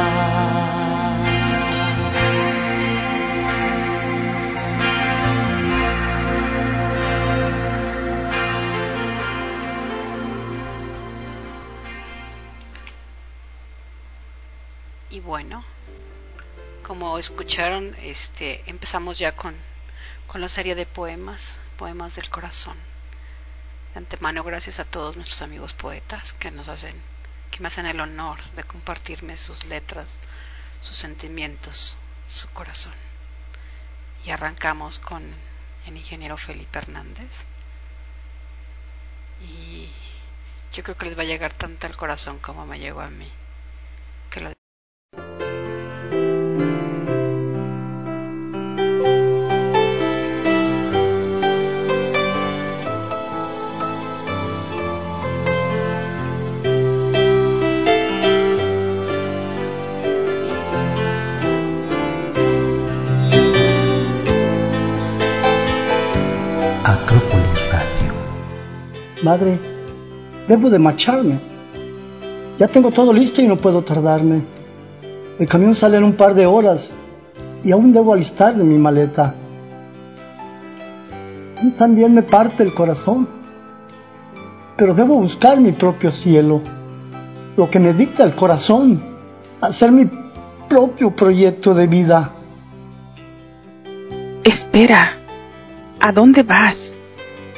Y bueno, como escucharon, empezamos ya con la serie de poemas del corazón. De antemano, gracias a todos nuestros amigos poetas que me hacen el honor de compartirme sus letras, sus sentimientos, su corazón. Y arrancamos con el ingeniero Felipe Hernández. Y yo creo que les va a llegar tanto al corazón como me llegó a mí. Que lo Acrópolis Radio. Madre, debo de marcharme. Ya tengo todo listo y no puedo tardarme. El camión sale en un par de horas y aún debo alistar de mi maleta. Y también me parte el corazón, pero debo buscar mi propio cielo, lo que me dicta el corazón, hacer mi propio proyecto de vida. Espera, ¿a dónde vas?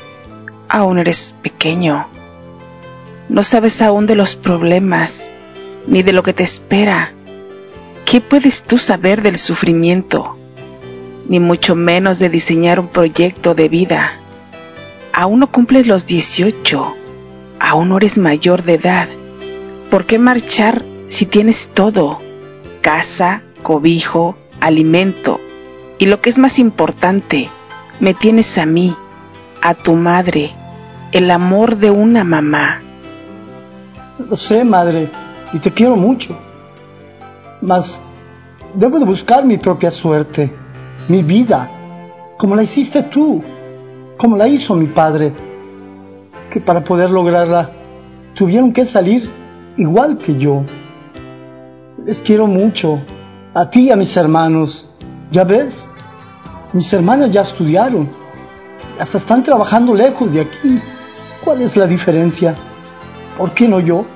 Aún eres pequeño, no sabes aún de los problemas ni de lo que te espera. ¿Qué puedes tú saber del sufrimiento? Ni mucho menos de diseñar un proyecto de vida. Aún no cumples los 18, aún no eres mayor de edad. ¿Por qué marchar si tienes todo? Casa, cobijo, alimento. Y lo que es más importante, me tienes a mí, a tu madre, el amor de una mamá. Lo sé, madre, y te quiero mucho. Mas debo de buscar mi propia suerte, mi vida, como la hiciste tú, como la hizo mi padre, que para poder lograrla tuvieron que salir igual que yo. Les quiero mucho, a ti y a mis hermanos. Ya ves, mis hermanas ya estudiaron, hasta están trabajando lejos de aquí. ¿Cuál es la diferencia? ¿Por qué no yo?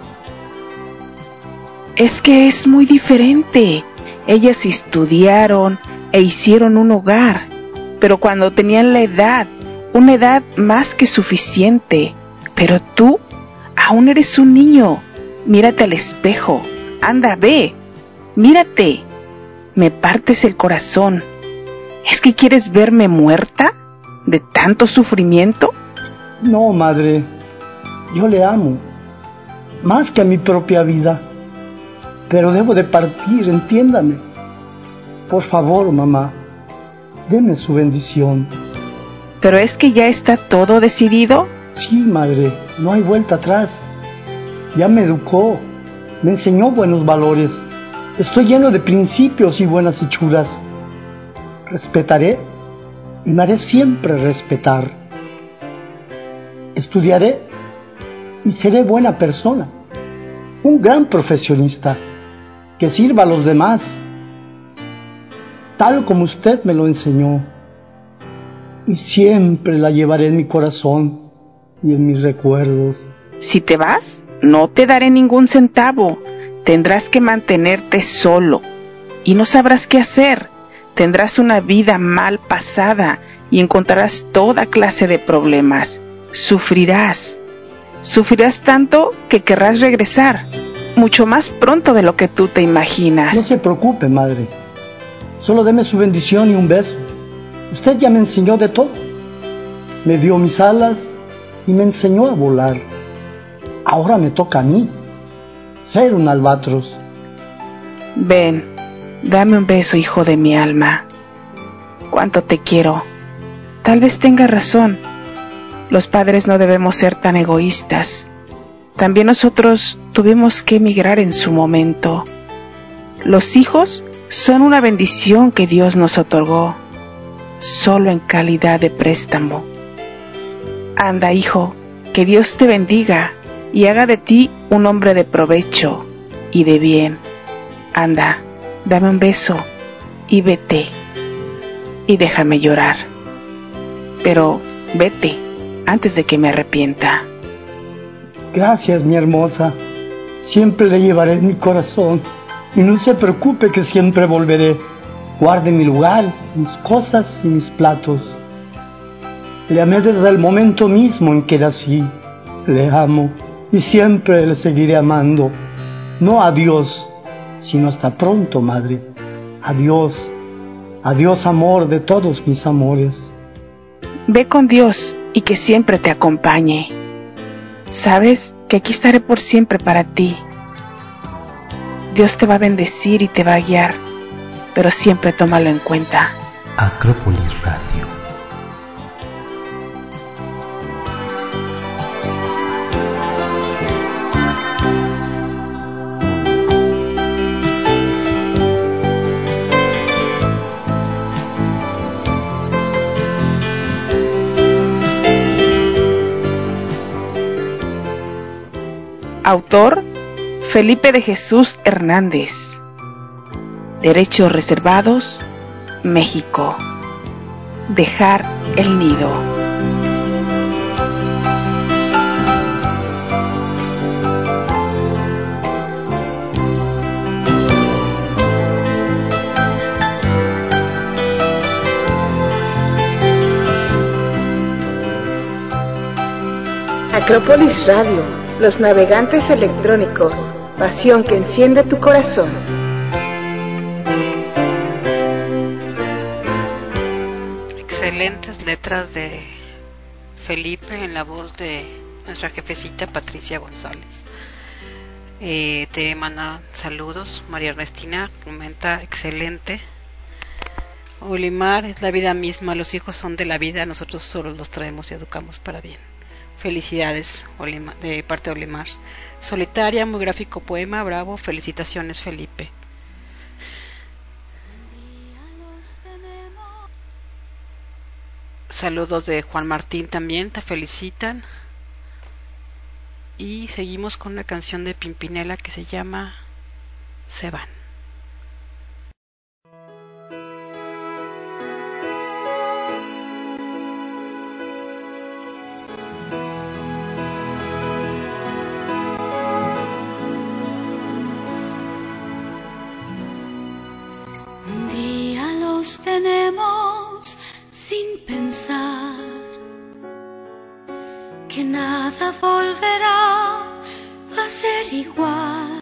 Es que es muy diferente. Ellas estudiaron e hicieron un hogar, pero cuando tenían la edad, una edad más que suficiente. Pero tú aún eres un niño. Mírate al espejo. Anda, ve. Mírate. Me partes el corazón. ¿Es que quieres verme muerta de tanto sufrimiento? No, madre. Yo le amo, más que a mi propia vida. Pero debo de partir, entiéndame. Por favor, mamá, deme su bendición. ¿Pero es que ya está todo decidido? Sí, madre, no hay vuelta atrás. Ya me educó, me enseñó buenos valores. Estoy lleno de principios y buenas hechuras. Respetaré y me haré siempre respetar. Estudiaré y seré buena persona, un gran profesionista que sirva a los demás, tal como usted me lo enseñó. Y siempre la llevaré en mi corazón y en mis recuerdos. Si te vas, no te daré ningún centavo. Tendrás que mantenerte solo y no sabrás qué hacer. Tendrás una vida mal pasada y encontrarás toda clase de problemas. Sufrirás tanto que querrás regresar, mucho más pronto de lo que tú te imaginas. No se preocupe, madre. Solo deme su bendición y un beso. Usted ya me enseñó de todo. Me dio mis alas y me enseñó a volar. Ahora me toca a mí ser un albatros. Ven, dame un beso, hijo de mi alma. Cuánto te quiero. Tal vez tenga razón. Los padres no debemos ser tan egoístas. También nosotros tuvimos que emigrar en su momento. Los hijos son una bendición que Dios nos otorgó, solo en calidad de préstamo. Anda, hijo, que Dios te bendiga y haga de ti un hombre de provecho y de bien. Anda, dame un beso y vete. Y déjame llorar. Pero vete antes de que me arrepienta. Gracias, mi hermosa. Siempre le llevaré en mi corazón. Y no se preocupe que siempre volveré. Guarde mi lugar, mis cosas y mis platos. Le amé desde el momento mismo en que nací. Le amo y siempre le seguiré amando. No adiós, sino hasta pronto, madre. Adiós. Adiós, amor de todos mis amores. Ve con Dios y que siempre te acompañe. Sabes que aquí estaré por siempre para ti. Dios te va a bendecir y te va a guiar, pero siempre tómalo en cuenta. Acrópolis Radio. Autor: Felipe de Jesús Hernández. Derechos reservados, México. Dejar el nido. Acrópolis Radio, los navegantes electrónicos. pasión que enciende tu corazón. Excelentes letras de Felipe en la voz de nuestra jefecita Patricia González. Te manda saludos. María Ernestina comenta: excelente. Olimar: es la vida misma, los hijos son de la vida, nosotros solo los traemos y educamos para bien. Felicidades, Olimar, de parte de Olimar. Solitaria, muy gráfico poema, bravo, felicitaciones, Felipe. Saludos de Juan Martín también, te felicitan. Y seguimos con la canción de Pimpinela que se llama Se van. Un día los tenemos sin pensar que nada volverá a ser igual,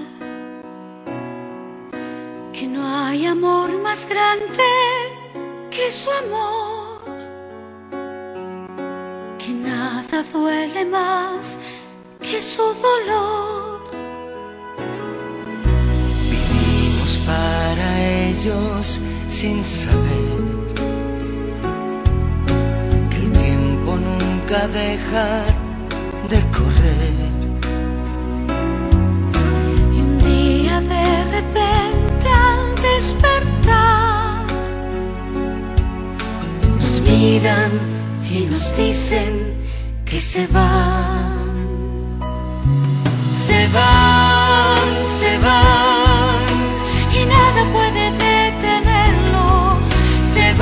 que no hay amor más grande que su amor, que nada duele más que su dolor. Vivimos para ellos sin saber que el tiempo nunca deja de correr. Y un día de repente al despertar nos miran y nos dicen que se van. Se van, se van, y nada puede detenerlos. se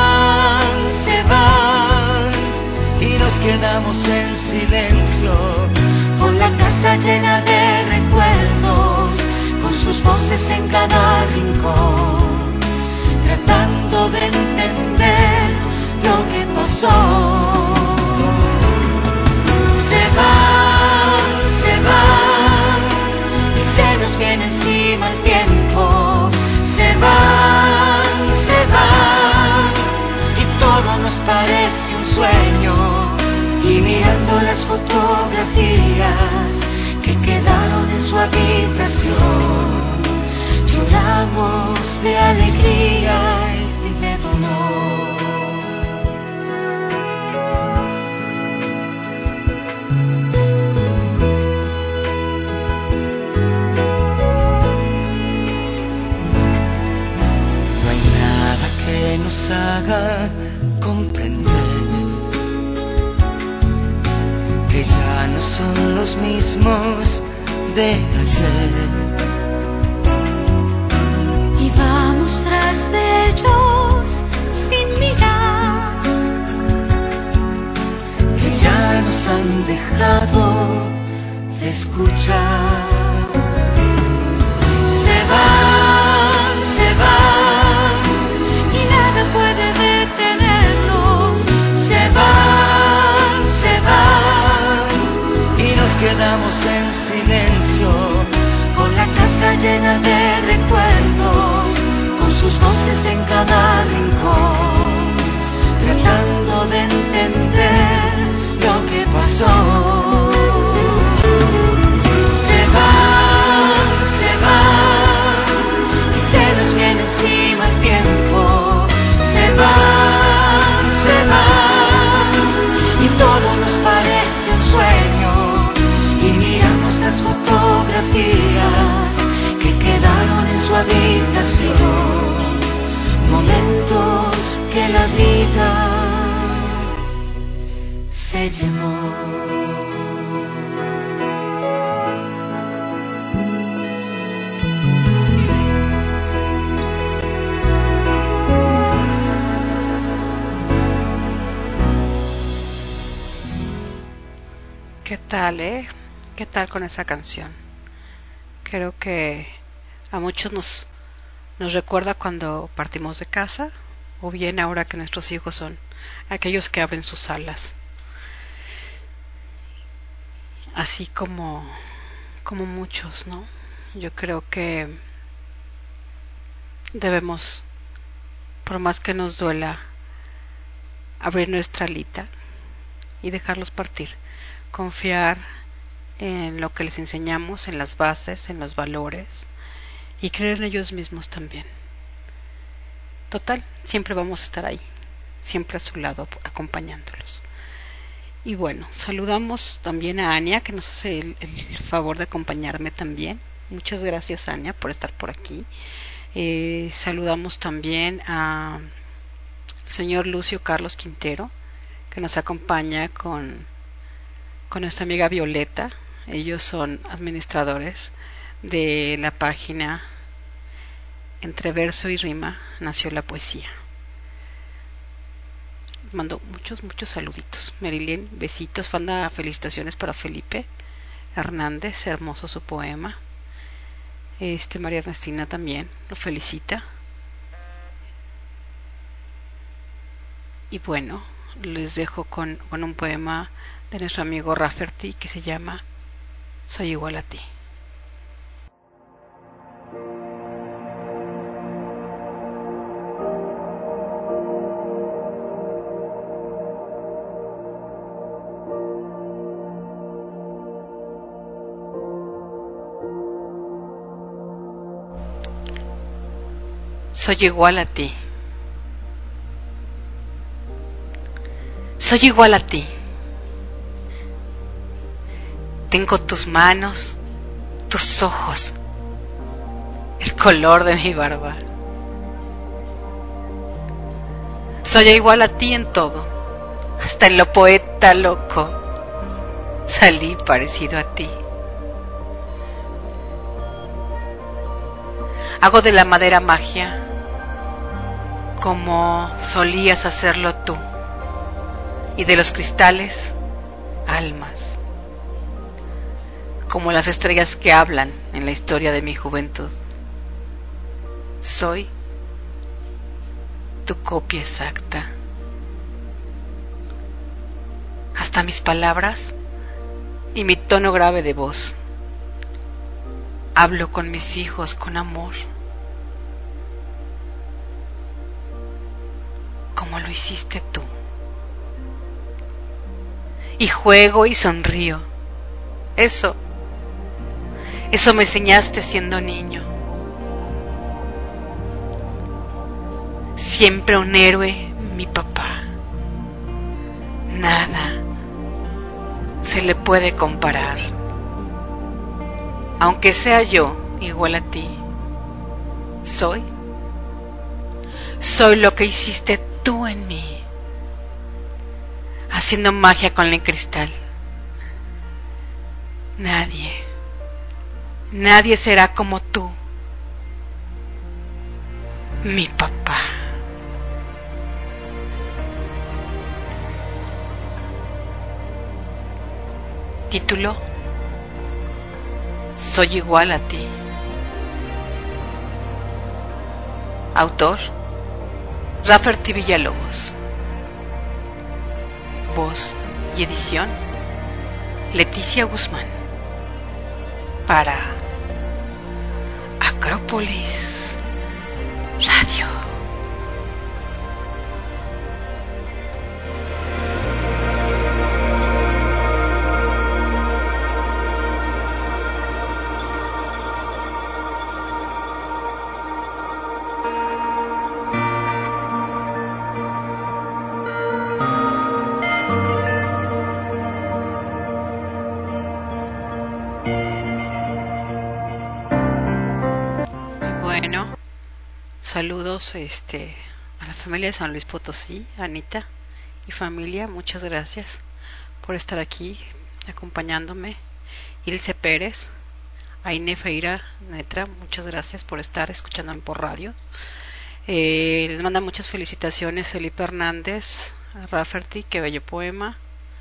van, y nos quedamos en silencio, con la casa llena de recuerdos, con sus voces en cada rincón, tratando de entender lo que pasó. Se van, y se nos viene encima el tiempo. Se van, y todo nos parece un sueño. Y mirando las fotografías que quedaron en su habitación, lloramos de alegría y de dolor. No hay nada que nos haga comprender que ya no son los mismos de ayer. Y vamos tras de ellos sin mirar, Que ya nos han dejado de escuchar. Se van, y nada puede detenerlos. se van, y nos quedamos en silencio, con la casa llena de recuerdos, con sus voces en cada rincón, tratando de entender lo que pasó. Se van, y se nos viene encima el tiempo. Se van, y todo nos parece un sueño. Y miramos las fotografías que quedaron en su habitación, momentos que la vida se llevó. ¿Qué tal, ¿Qué tal con esa canción? Creo que a muchos nos recuerda cuando partimos de casa, o bien ahora que nuestros hijos son aquellos que abren sus alas. Así como muchos, ¿no? yo creo que debemos, por más que nos duela, abrir nuestra alita y dejarlos partir, confiar en lo que les enseñamos, en las bases, en los valores, y creer en ellos mismos también. Total, siempre vamos a estar ahí, siempre a su lado, acompañándolos. Y bueno, saludamos también a Ania, que nos hace el favor de acompañarme también. Muchas gracias, Ania, por estar por aquí. Saludamos también al señor Lucio Carlos Quintero, que nos acompaña con nuestra amiga Violeta. Ellos son administradores de la página Entre Verso y Rima Nació la Poesía. Mando muchos saluditos. Marilyn, besitos. Fanda, felicitaciones para Felipe Hernández, hermoso su poema. María Ernestina también lo felicita. Y bueno, les dejo con un poema de nuestro amigo Rafferty que se llama Soy igual a ti. Soy igual a ti. Soy igual a ti. Tengo tus manos, tus ojos, el color de mi barba. Soy igual a ti en todo, hasta en lo poeta loco. Salí parecido a ti. Hago de la madera magia, como solías hacerlo tú, y de los cristales, almas, como las estrellas que hablan en la historia de mi juventud. Soy tu copia exacta. Hasta mis palabras y mi tono grave de voz. Hablo con mis hijos con amor, como lo hiciste tú. Y juego y sonrío. Eso me enseñaste siendo niño. Siempre un héroe, mi papá. Nada se le puede comparar. Aunque sea yo igual a ti, soy lo que hiciste tú en mí, haciendo magia con el cristal. Nadie será como tú, mi papá. Título: Soy igual a ti. Autor: Rafferty Villalobos. Voz y edición: Leticia Guzmán. Para Acrópolis Radio. Saludos a la familia de San Luis Potosí, Anita y familia, muchas gracias por estar aquí acompañándome. Ilse Pérez, Aine Feira Netra, muchas gracias por estar escuchándome por radio. Les manda muchas felicitaciones Felipe Hernández, a Rafferty, qué bello poema.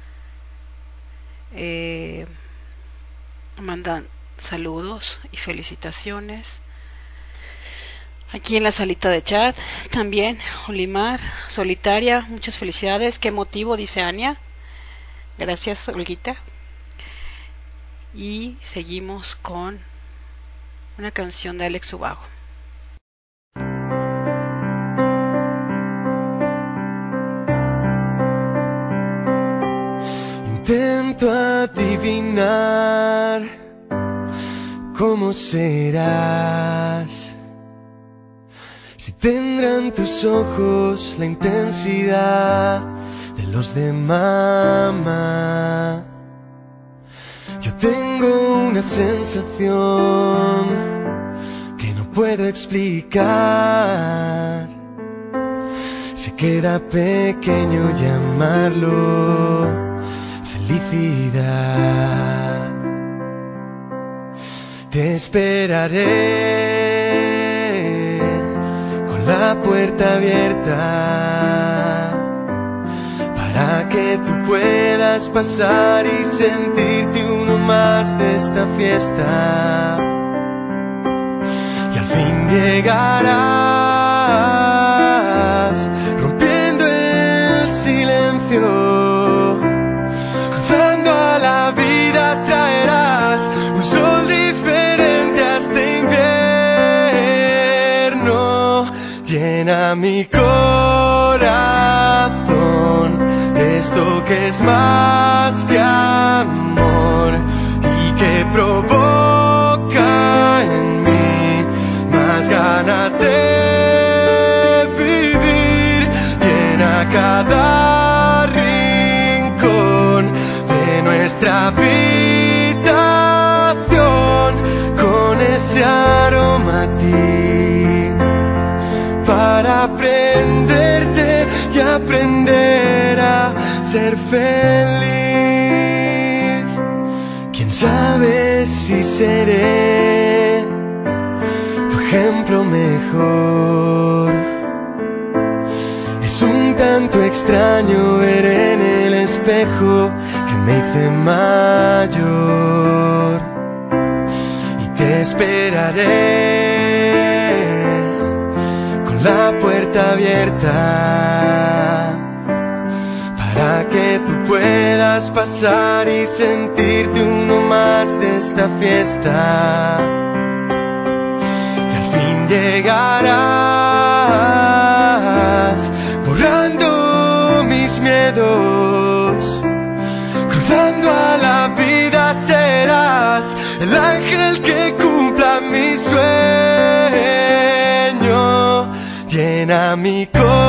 Mandan saludos y felicitaciones. Aquí en la salita de chat también, Olimar, Solitaria, muchas felicidades. ¿Qué motivo? Dice Ania. Gracias, Olguita. Y seguimos con una canción de Alex Ubago. Intento adivinar cómo serás, si tendrán tus ojos la intensidad de los de mamá. Yo tengo una sensación que no puedo explicar. Se queda pequeño llamarlo felicidad. Te esperaré con la puerta abierta para que tú puedas pasar y sentirte uno más de esta fiesta. Y al fin llegarás rompiendo el silencio, cruzando a la vida traerás un sol diferente a este invierno. Llena mi corazón de esto que es más que amor y que provoca en mí más ganas de vivir. Llena cada rincón de nuestra habitación con ese aroma a ti, para aprenderte y aprender a ser feliz. Quién sabe si seré tu ejemplo mejor. Es un tanto extraño ver en el espejo que me hice mayor. Y te esperaré con la puerta abierta para que tú puedas pasar y sentirte uno más de esta fiesta. Y al fin llegarás borrando mis miedos, cruzando a la vida serás el ángel que cumpla mi sueño. Llena mi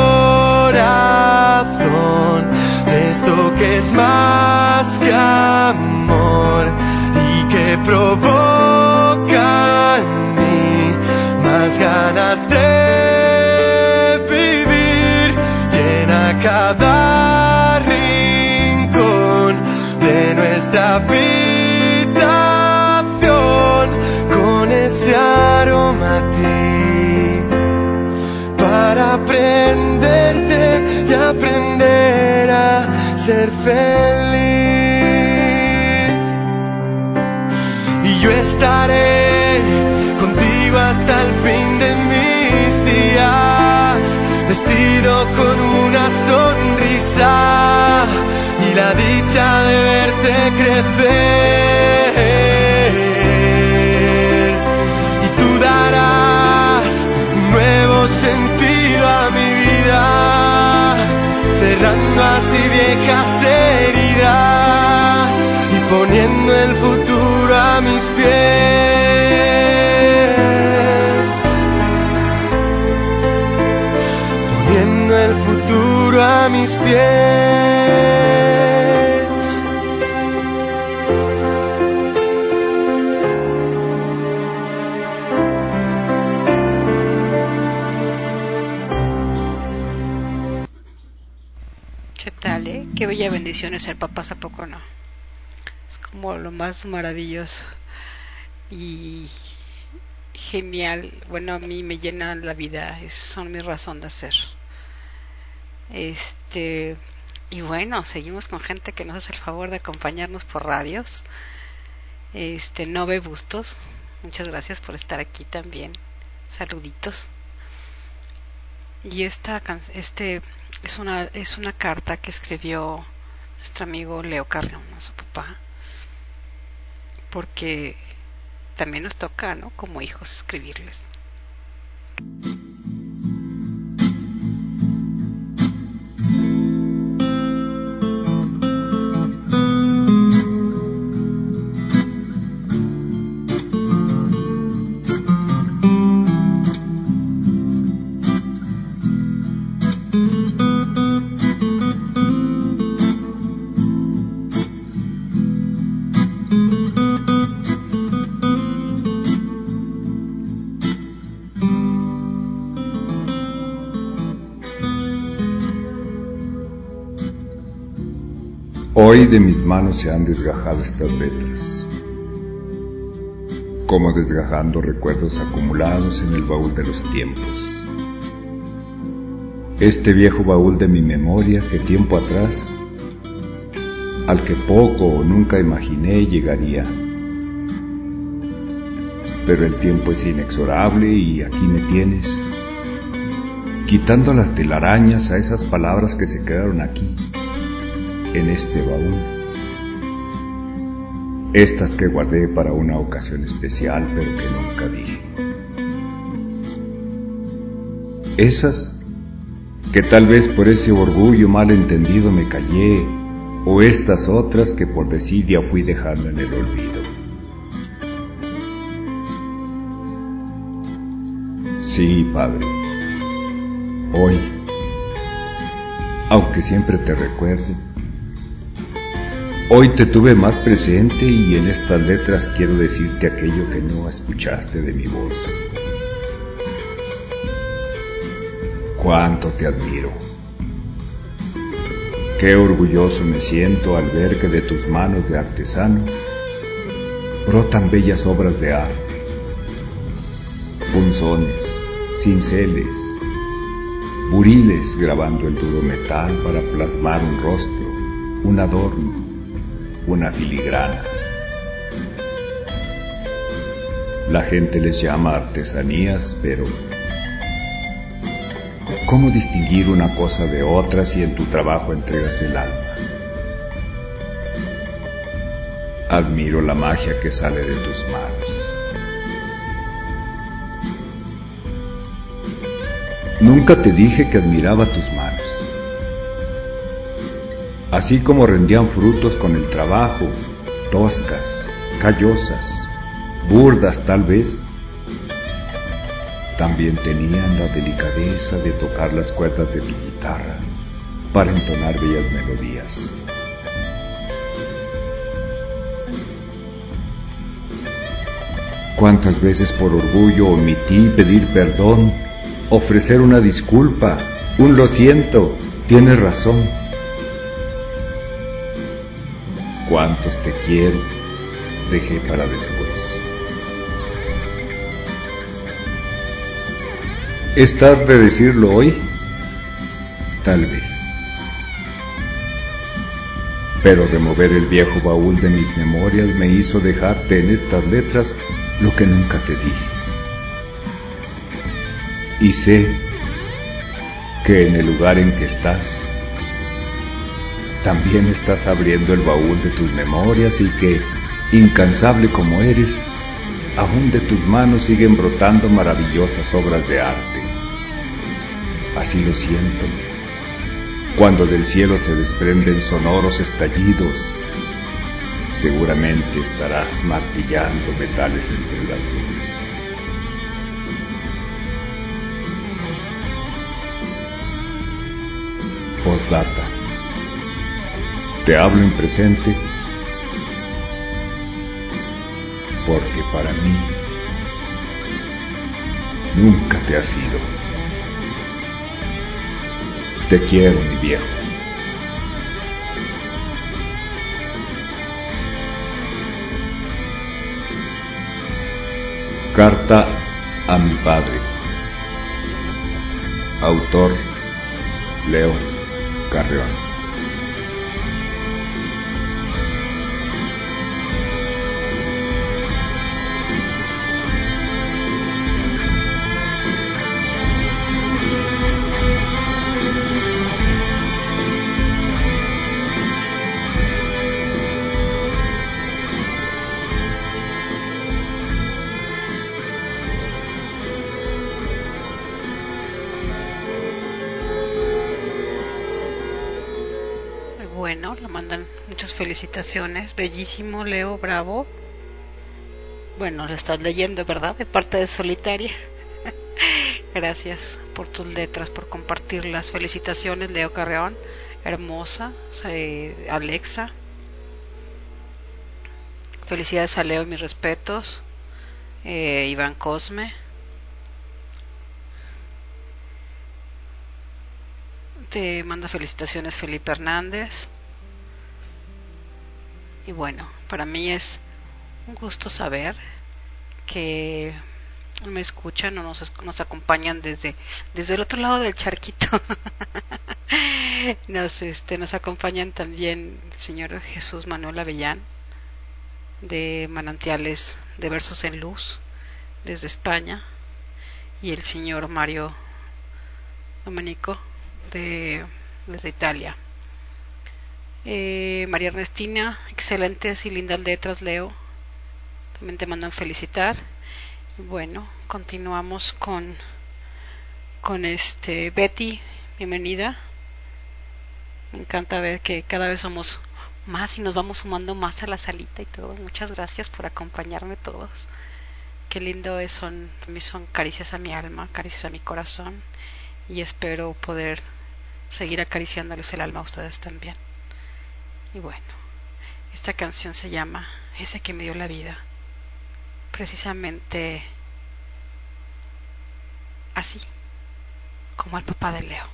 corazón de esto que es más que amor y que provoca en mí más ganas de vivir. Llena cada rincón de nuestra habitación con ese aroma a ti, para aprenderte y aprender a ser feliz. Y yo estaré contigo hasta el fin de mis días, vestido con una sonrisa y la dicha de verte crecer. Y tú darás un nuevo sentido a mi vida, cerrando así viejas heridas y poniendo el futuro a mis pies, poniendo el futuro a mis pies. ¿Qué tal, Qué bella bendición es ser papás, ¿a poco no? Es como lo más maravilloso y genial. Bueno, a mí me llena la vida, son mi razón de ser. Y bueno, seguimos con gente que nos hace el favor de acompañarnos por radios. Nove Bustos, muchas gracias por estar aquí también. Saluditos. Y es una carta que escribió nuestro amigo Leo Carrión a su papá, porque también nos toca, ¿no?, como hijos escribirles. Hoy de mis manos se han desgajado estas letras, como desgajando recuerdos acumulados en el baúl de los tiempos. Este viejo baúl de mi memoria que tiempo atrás, al que poco o nunca imaginé llegaría. Pero el tiempo es inexorable y aquí me tienes, quitando las telarañas a esas palabras que se quedaron aquí, en este baúl, estas que guardé para una ocasión especial pero que nunca dije, esas que tal vez por ese orgullo mal entendido me callé, o estas otras que por desidia fui dejando en el olvido. Sí, Padre, hoy, aunque siempre te recuerdo, hoy te tuve más presente y en estas letras quiero decirte aquello que no escuchaste de mi voz. Cuánto te admiro. Qué orgulloso me siento al ver que de tus manos de artesano brotan bellas obras de arte, punzones, cinceles, buriles grabando el duro metal para plasmar un rostro, un adorno, una filigrana. La gente les llama artesanías, pero ¿cómo distinguir una cosa de otra si en tu trabajo entregas el alma? Admiro la magia que sale de tus manos. Nunca te dije que admiraba tus manos. Así como rendían frutos con el trabajo, toscas, callosas, burdas tal vez, también tenían la delicadeza de tocar las cuerdas de tu guitarra para entonar bellas melodías. ¿Cuántas veces por orgullo omití pedir perdón, ofrecer una disculpa, un lo siento, tienes razón? Cuántos te quiero dejé para después. ¿Es tarde decirlo hoy? Tal vez. Pero remover el viejo baúl de mis memorias me hizo dejarte en estas letras lo que nunca te dije. Y sé que en el lugar en que estás, también estás abriendo el baúl de tus memorias y que, incansable como eres, aún de tus manos siguen brotando maravillosas obras de arte. Así lo siento, cuando del cielo se desprenden sonoros estallidos, seguramente estarás martillando metales entre las nubes. Postdata. Te hablo en presente porque para mí nunca te has ido. Te quiero, mi viejo. Carta a mi padre. Autor Leo Carreón. bueno, le mandan muchas felicitaciones. Bellísimo, Leo, bravo. Bueno, lo estás leyendo, ¿verdad? De parte de Solitaria. Gracias por tus letras, por compartir las felicitaciones, Leo Carreón. Hermosa, Alexa. Felicidades a Leo y mis respetos. Iván Cosme. Te manda felicitaciones Felipe Hernández. Y bueno, para mí es un gusto saber que me escuchan o nos acompañan desde el otro lado del charquito. Nos acompañan también el señor Jesús Manuel Avellán de Manantiales de Versos en Luz desde España, y el señor Mario Domenico desde Italia. María Ernestina, excelentes y lindas letras, Leo, también te mandan felicitar. Y bueno, continuamos con Betty, bienvenida. Me encanta ver que cada vez somos más y nos vamos sumando más a la salita y todo. Muchas gracias por acompañarme todos. Qué lindo es, son caricias a mi alma, caricias a mi corazón, y espero poder seguir acariciándoles el alma a ustedes también. Y bueno, esta canción se llama Ese que me dio la vida, precisamente así como al papá de Leo.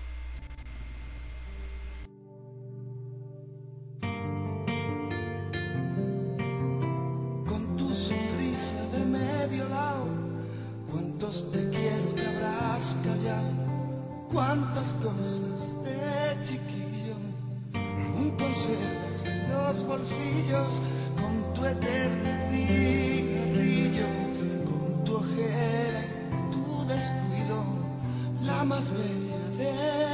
Con tu sonrisa de medio lado, cuántos te quiero te habrás callado, cuántas cosas de chiquillo aún conservas en los bolsillos, con tu eterno cigarrillo, con tu ojera y tu descuido, la más bella de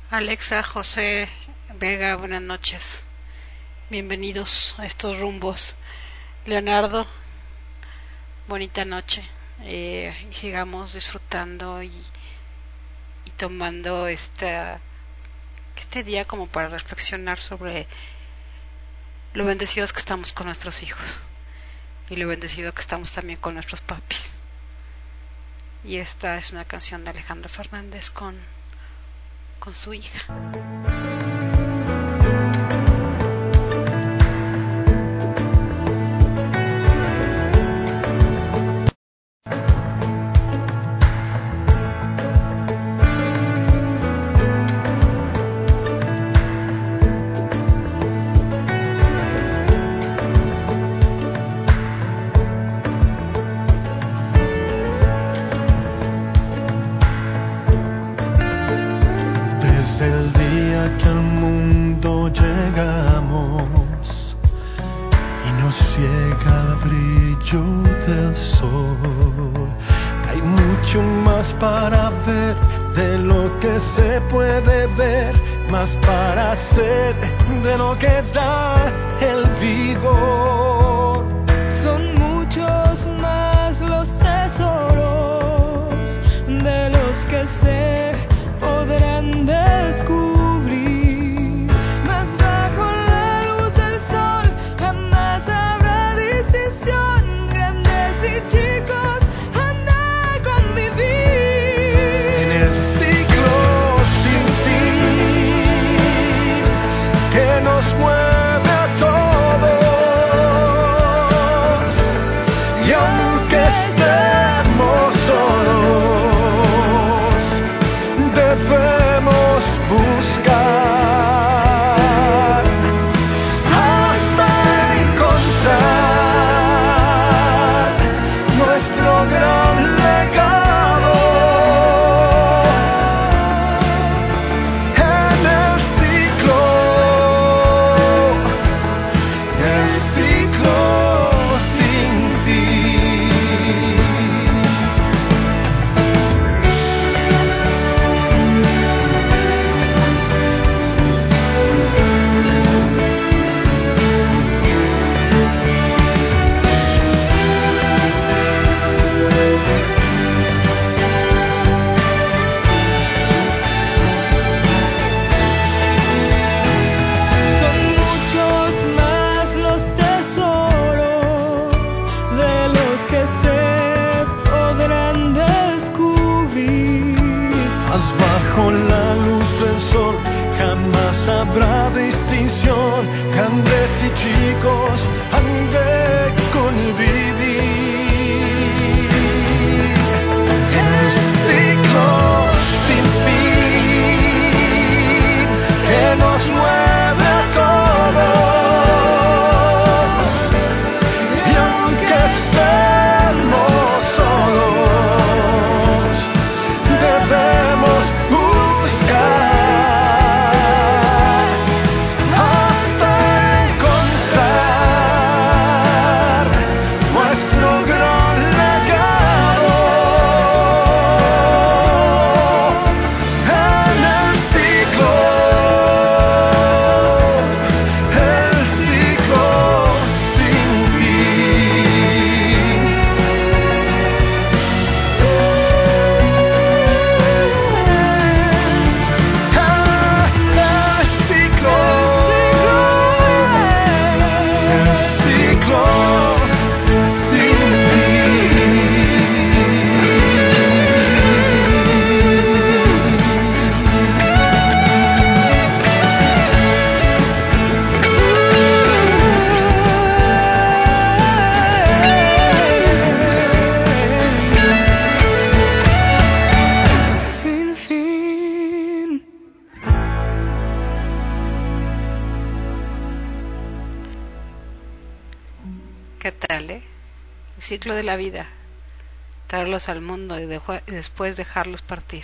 Alexa, José, Vega, buenas noches. Bienvenidos a estos rumbos. Leonardo, bonita noche. Y sigamos disfrutando y tomando este día como para reflexionar sobre lo bendecidos que estamos con nuestros hijos y lo bendecido que estamos también con nuestros papis. Y esta es una canción de Alejandro Fernández con su hija. Ciclo de la vida, traerlos al mundo y después dejarlos partir.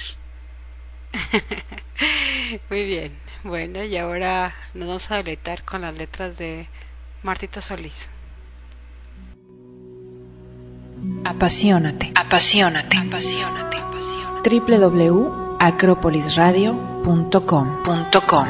Muy bien, bueno, y ahora nos vamos a deleitar con las letras de Martita Solís. Apasionate, apasionate, apasionate, apasionate. acropolisradio.com.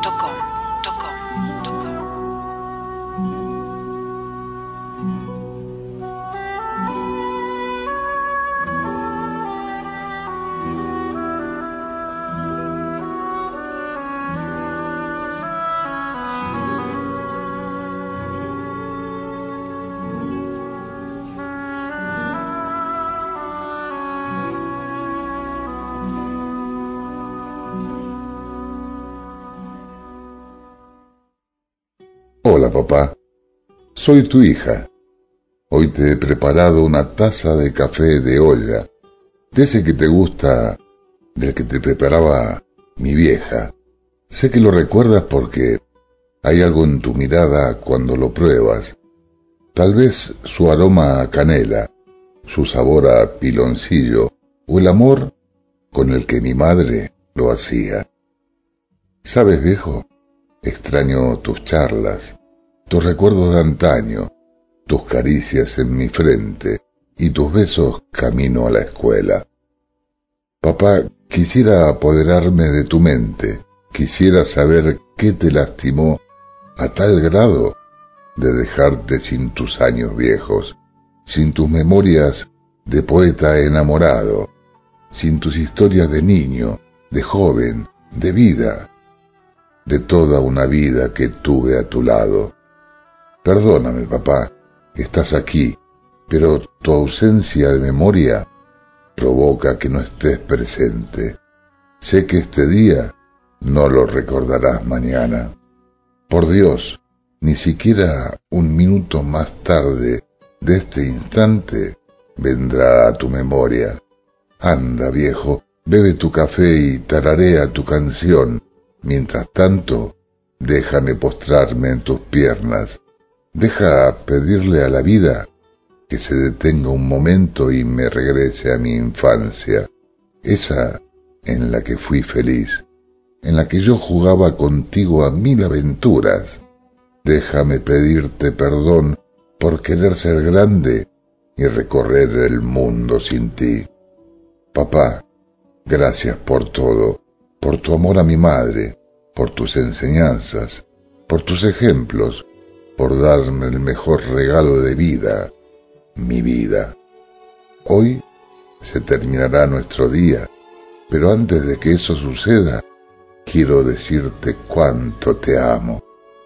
Hola papá, soy tu hija. Hoy te he preparado una taza de café de olla, de ese que te gusta, del que te preparaba mi vieja. Sé que lo recuerdas porque hay algo en tu mirada cuando lo pruebas. Tal vez su aroma a canela, su sabor a piloncillo o el amor con el que mi madre lo hacía. ¿Sabes, viejo? Extraño tus charlas, tus recuerdos de antaño, tus caricias en mi frente y tus besos camino a la escuela. Papá, quisiera apoderarme de tu mente, quisiera saber qué te lastimó a tal grado de dejarte sin tus años viejos, sin tus memorias de poeta enamorado, sin tus historias de niño, de joven, de vida, de toda una vida que tuve a tu lado. Perdóname, papá, estás aquí, pero tu ausencia de memoria provoca que no estés presente. Sé que este día no lo recordarás mañana. Por Dios, ni siquiera un minuto más tarde de este instante vendrá a tu memoria. Anda, viejo, bebe tu café y tararea tu canción. Mientras tanto, déjame postrarme en tus piernas. Deja pedirle a la vida que se detenga un momento y me regrese a mi infancia, esa en la que fui feliz, en la que yo jugaba contigo a 1000 aventuras. Déjame pedirte perdón por querer ser grande y recorrer el mundo sin ti. Papá, gracias por todo, por tu amor a mi madre, por tus enseñanzas, por tus ejemplos, por darme el mejor regalo de vida, mi vida. Hoy se terminará nuestro día, pero antes de que eso suceda, quiero decirte cuánto te amo.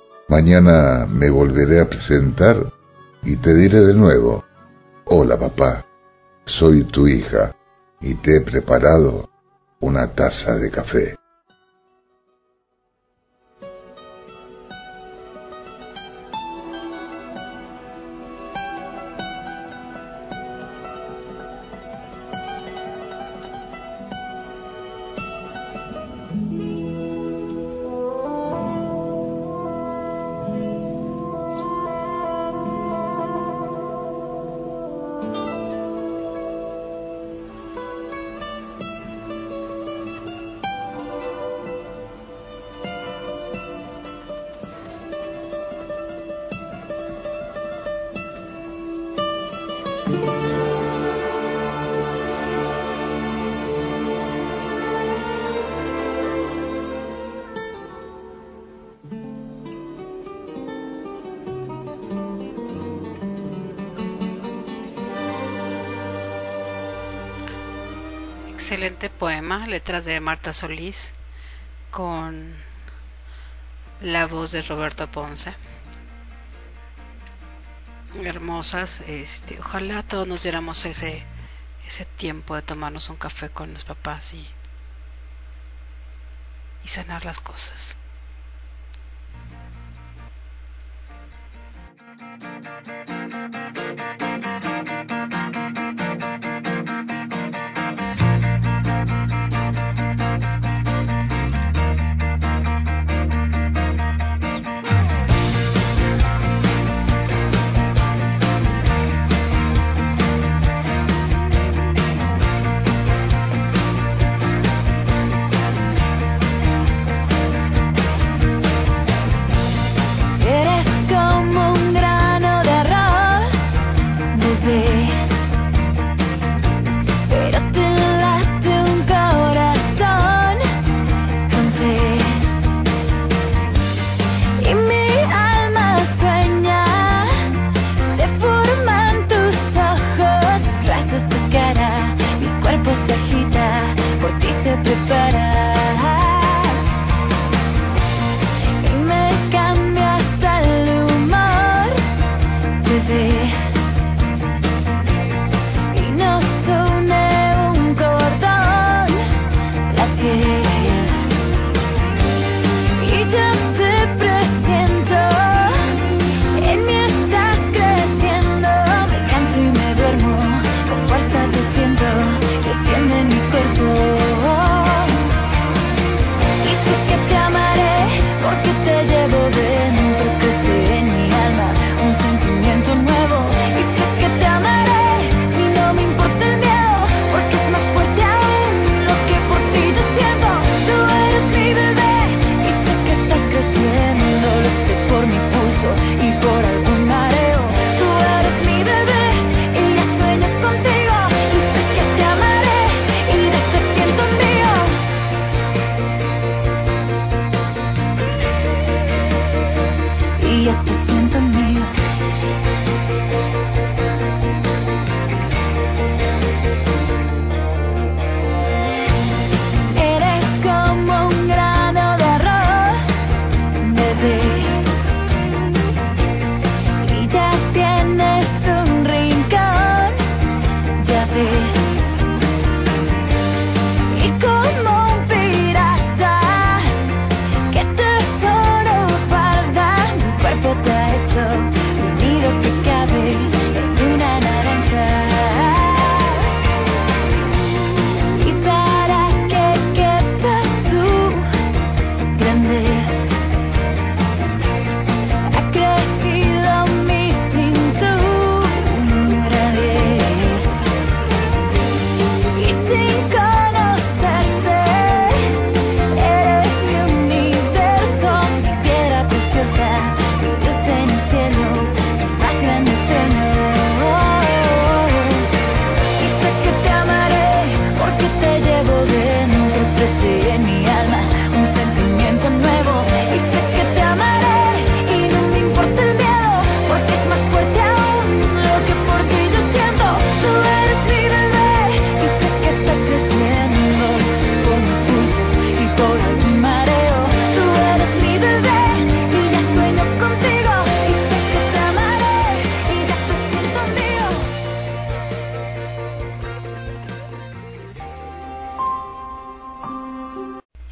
Mañana me volveré a presentar y te diré de nuevo: hola papá, soy tu hija y te he preparado una taza de café. Excelente poema, letras de Marta Solís, con la voz de Roberto Ponce. Hermosas, ojalá todos nos diéramos ese tiempo de tomarnos un café con los papás y sanar las cosas.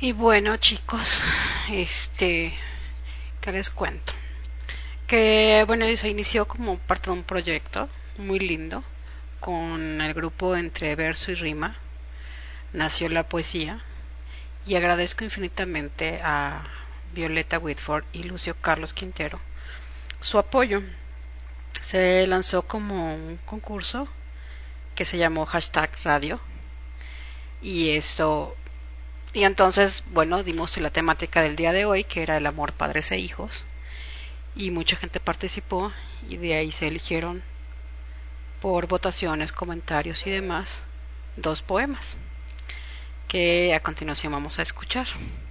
Y bueno, chicos, ¿qué les cuento? Que bueno, se inició como parte de un proyecto muy lindo con el grupo Entre Verso y Rima. Nació la poesía y agradezco infinitamente a Violeta Whitford y Lucio Carlos Quintero su apoyo. Se lanzó como un concurso que se llamó #radio y entonces, bueno, dimos la temática del día de hoy, que era el amor, padres e hijos, y mucha gente participó y de ahí se eligieron por votaciones, comentarios y demás 2 poemas que a continuación vamos a escuchar.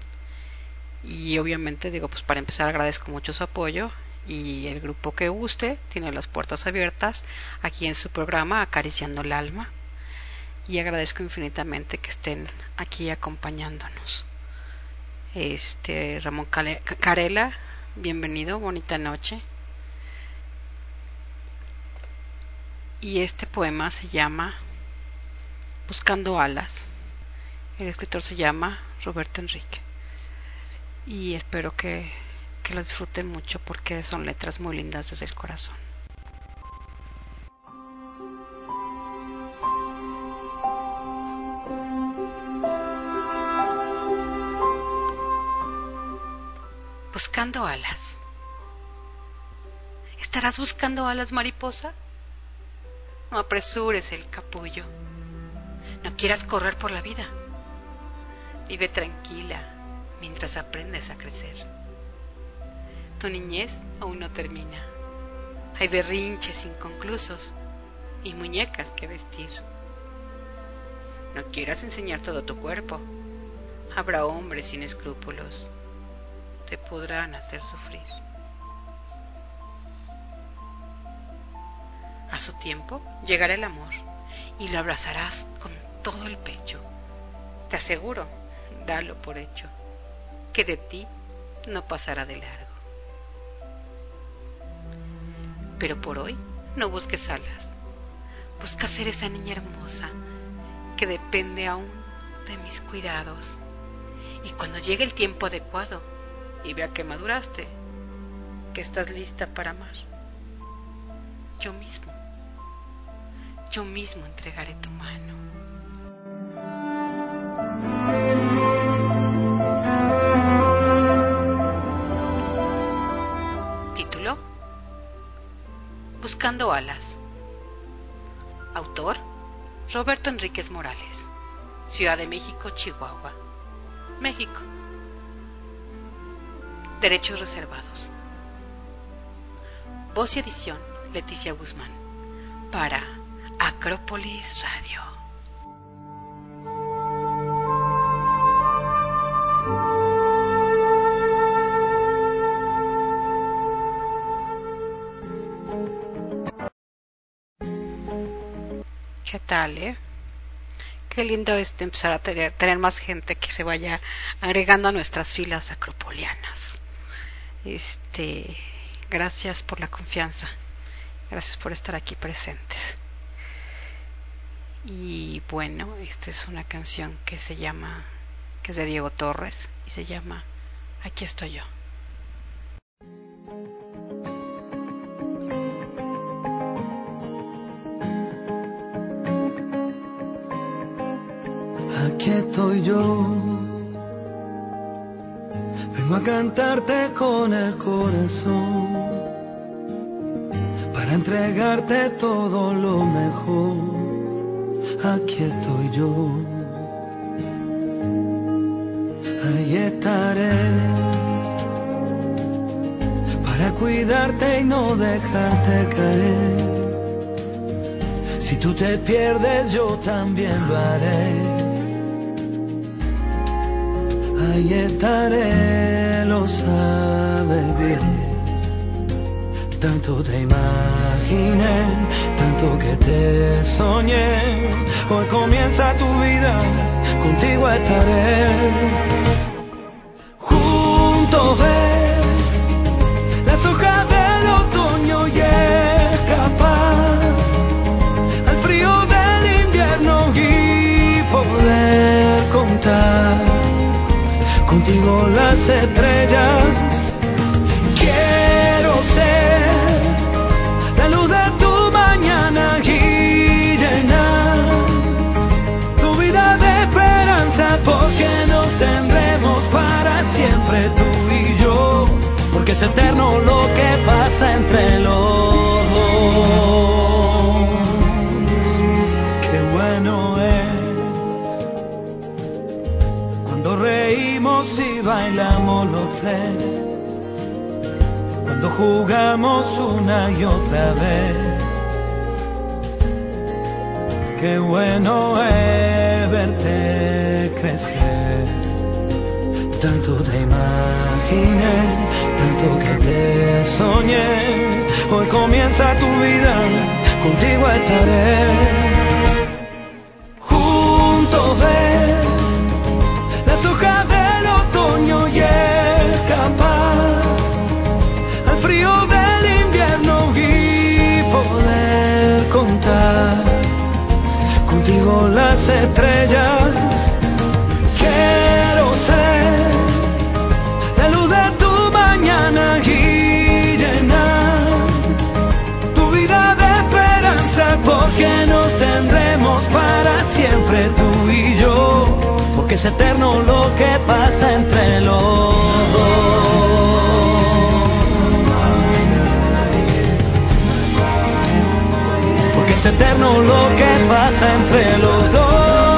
Y obviamente digo, pues para empezar agradezco mucho su apoyo, y el grupo que guste tiene las puertas abiertas aquí en su programa Acariciando el Alma, y agradezco infinitamente que estén aquí acompañándonos. Ramón Carela, bienvenido, bonita noche. Y este poema se llama Buscando alas. El escritor se llama Roberto Enrique y espero que lo disfruten mucho porque son letras muy lindas desde el corazón. Buscando alas. ¿Estarás buscando alas, mariposa? No apresures el capullo. No quieras correr por la vida. Vive tranquila mientras aprendes a crecer. Tu niñez aún no termina. Hay berrinches inconclusos y muñecas que vestir. No quieras enseñar todo tu cuerpo. Habrá hombres sin escrúpulos. Te podrán hacer sufrir. A su tiempo llegará el amor y lo abrazarás con todo el pecho. Te aseguro, dalo por hecho, que de ti no pasará de largo. Pero por hoy no busques alas. Busca ser esa niña hermosa que depende aún de mis cuidados. Y cuando llegue el tiempo adecuado y vea que maduraste, que estás lista para amar, yo mismo entregaré tu mano. Título: Buscando alas. Autor: Roberto Enríquez Morales. Ciudad de México, Chihuahua, México. Derechos reservados. Voz y edición: Leticia Guzmán. Para Acrópolis Radio. ¿Qué tal, Qué lindo empezar a tener más gente que se vaya agregando a nuestras filas acropolianas. Gracias por la confianza. Gracias por estar aquí presentes. Y bueno, esta es una canción que es de Diego Torres y se llama Aquí estoy yo. Aquí estoy yo, vengo a cantarte con el corazón, para entregarte todo lo mejor. Aquí estoy yo, ahí estaré, para cuidarte y no dejarte caer. Si tú te pierdes, yo también lo haré. Ahí estaré, lo sabes bien. Tanto te imaginé, tanto que te soñé. Hoy comienza tu vida, contigo estaré. Juntos ver las hojas del otoño y escapar al frío del invierno y poder contar estrellas. Quiero ser la luz de tu mañana y llenar tu vida de esperanza, porque nos tendremos para siempre tú y yo, porque es eterno lo que pasa entre los dos. Qué bueno es cuando reímos y bailamos los tres, cuando jugamos una y otra vez. Qué bueno es verte crecer. Tanto te imaginé, tanto que te soñé. Hoy comienza tu vida, contigo estaré. Juntos ver las hojas del otoño y escapar al frío del invierno y poder contar contigo las estrellas. Quiero ser la luz de tu mañana y llenar tu vida de esperanza, porque nos tendremos para siempre tú y yo, porque es eterno lo que pasa entre los dos, porque es eterno lo que pasa entre los dos.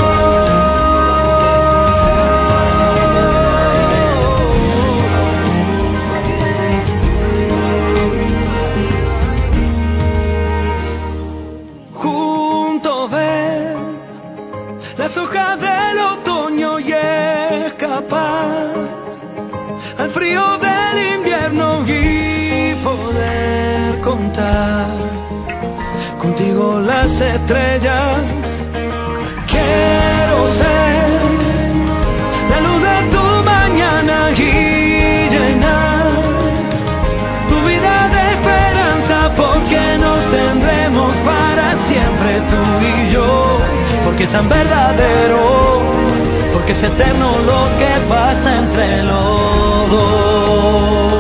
Juntos ver las hojas del otoño y escapar al frío del invierno y poder contar contigo las estrellas. Quiero ser la luz de tu mañana y llenar tu vida de esperanza, porque nos tendremos para siempre tú y yo, porque es tan verdadero, porque es eterno lo que pasa entre los dos.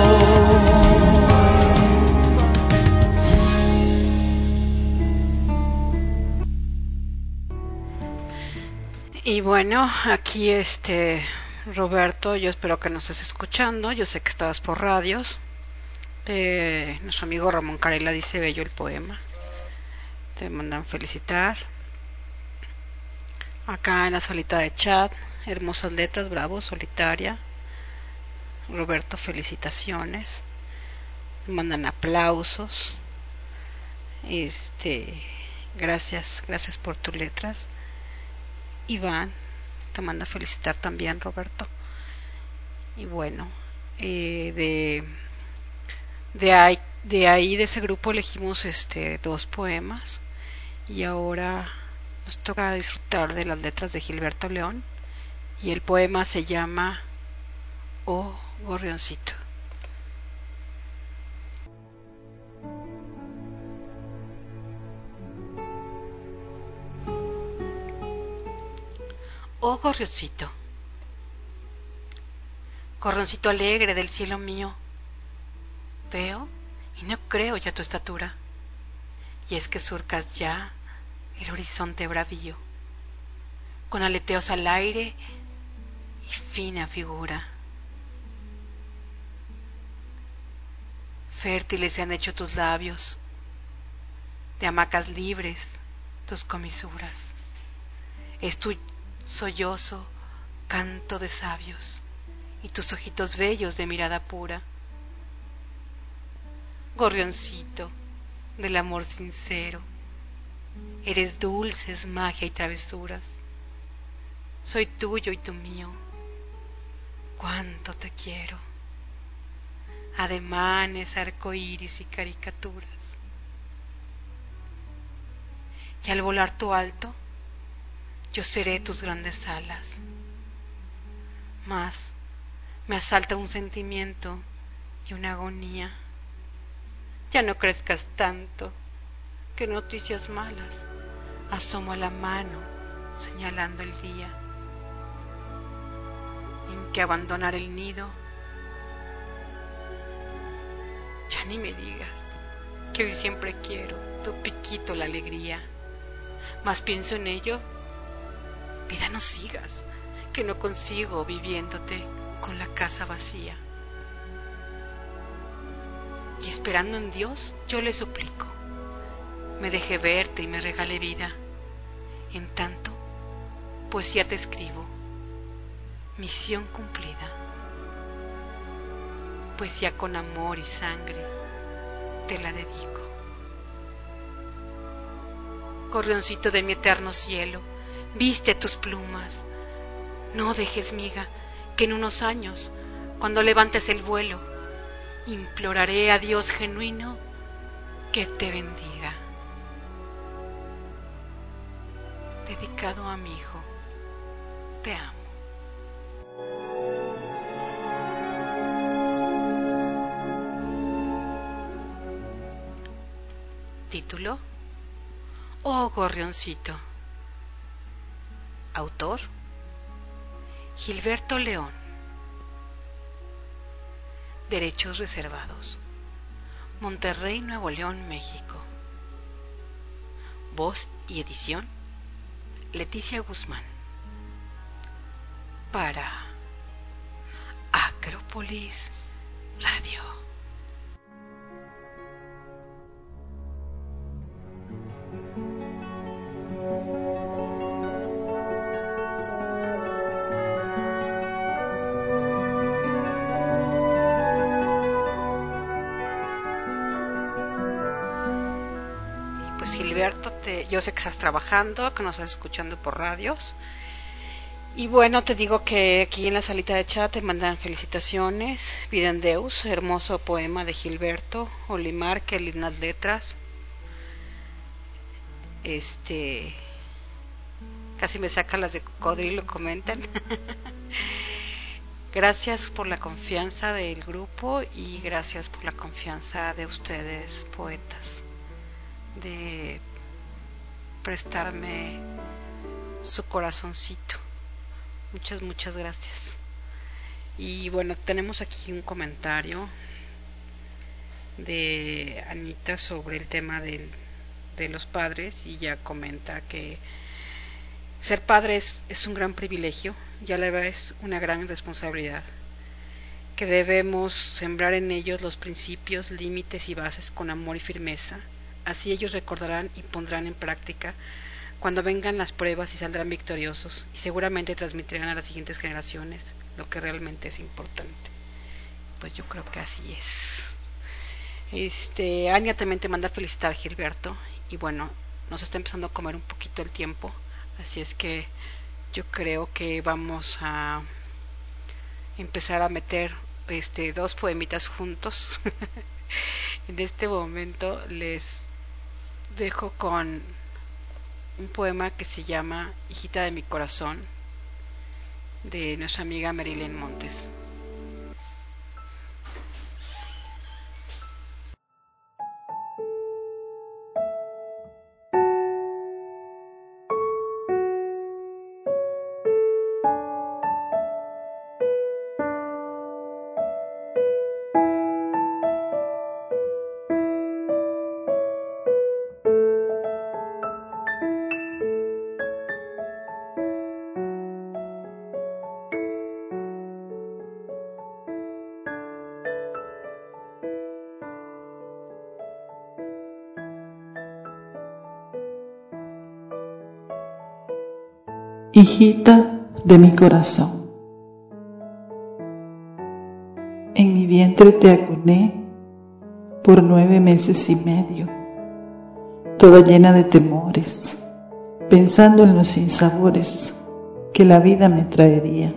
Y bueno, aquí Roberto, yo espero que nos estés escuchando. Yo sé que estabas por radios. Nuestro amigo Ramón Carela dice bello el poema. Te mandan felicitar. Acá en la salita de chat, hermosas letras, bravo, solitaria. Roberto, felicitaciones. Te mandan aplausos. Gracias por tus letras. Iván te manda felicitar también, Roberto. Y bueno, de ahí de ese grupo elegimos 2 poemas, y ahora nos toca disfrutar de las letras de Gilberto León, y el poema se llama Oh Gorrioncito. Oh gorrioncito, gorrioncito alegre del cielo mío, veo y no creo ya tu estatura, y es que surcas ya el horizonte bravío, con aleteos al aire y fina figura. Fértiles se han hecho tus labios, de hamacas libres tus comisuras, es tu sollozo canto de sabios y tus ojitos bellos de mirada pura. Gorrioncito del amor sincero, eres dulces magia y travesuras, soy tuyo y tú mío, cuánto te quiero. Ademanes, arcoíris y caricaturas, y al volar tú alto, yo seré tus grandes alas. Mas me asalta un sentimiento y una agonía. Ya no crezcas tanto, que noticias malas. Asomo a la mano, señalando el día en que abandonar el nido Ya ni me digas que hoy siempre quiero tu piquito la alegría. Más pienso en ello, vida no sigas, que no consigo viviéndote con la casa vacía. Y esperando en Dios, yo le suplico, me deje verte y me regale vida. En tanto, poesía te escribo, misión cumplida. Poesía con amor y sangre, te la dedico. Gorrioncito de mi eterno cielo, viste tus plumas. No dejes miga, que en unos años, cuando levantes el vuelo, imploraré a Dios genuino que te bendiga. Dedicado a mi hijo, te amo. Título: Oh Gorrioncito. Autor: Gilberto León. Derechos reservados. Monterrey, Nuevo León, México. Voz y edición: Leticia Guzmán. Para Acrópolis Radio. Gilberto, yo sé que estás trabajando, que nos estás escuchando por radios. Y bueno, te digo que aquí en la salita de chat te mandan felicitaciones. Viden Deus, hermoso poema de Gilberto Olimar, que lindas letras. Casi me sacan las de cocodrilo, comentan. Gracias por la confianza del grupo y gracias por la confianza de ustedes, poetas, de prestarme su corazoncito. Muchas gracias. Y bueno, tenemos aquí un comentario de Anita sobre el tema de los padres, y ya comenta que ser padre es un gran privilegio y a la vez una gran responsabilidad, que debemos sembrar en ellos los principios, límites y bases con amor y firmeza. Así ellos recordarán y pondrán en práctica cuando vengan las pruebas y saldrán victoriosos, y seguramente transmitirán a las siguientes generaciones lo que realmente es importante. Pues yo creo que así es. Ania también te manda felicitar, Gilberto, y bueno, nos está empezando a comer un poquito el tiempo, así es que yo creo que vamos a empezar a meter dos poemitas juntos. En este momento les dejo con un poema que se llama Hijita de mi corazón, de nuestra amiga Marilyn Montes. Hijita de mi corazón, en mi vientre te acuné por 9 meses y medio, toda llena de temores, pensando en los sinsabores que la vida me traería.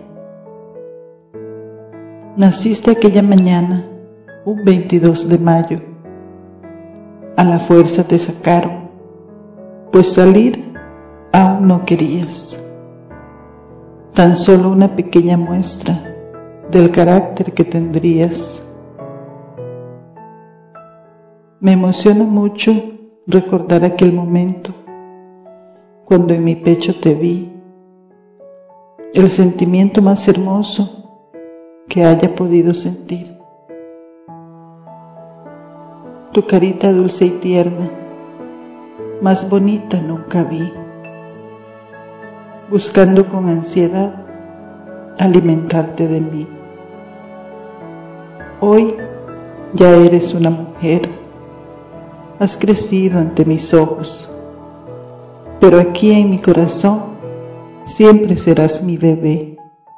Naciste aquella mañana, un 22 de mayo, a la fuerza te sacaron, pues salir aún no querías. Tan solo una pequeña muestra del carácter que tendrías. Me emociona mucho recordar aquel momento, cuando en mi pecho te vi, el sentimiento más hermoso que haya podido sentir. Tu carita dulce y tierna, más bonita nunca vi, buscando con ansiedad alimentarte de mí. Hoy ya eres una mujer, has crecido ante mis ojos, pero aquí en mi corazón siempre serás mi bebé,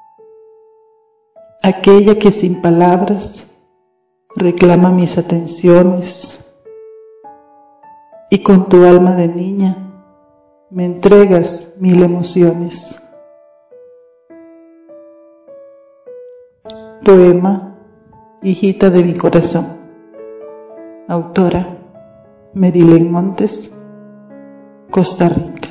aquella que sin palabras reclama mis atenciones y con tu alma de niña me entregas 1000 emociones. Poema, hijita de mi corazón. Autora, Marilén Montes, Costa Rica.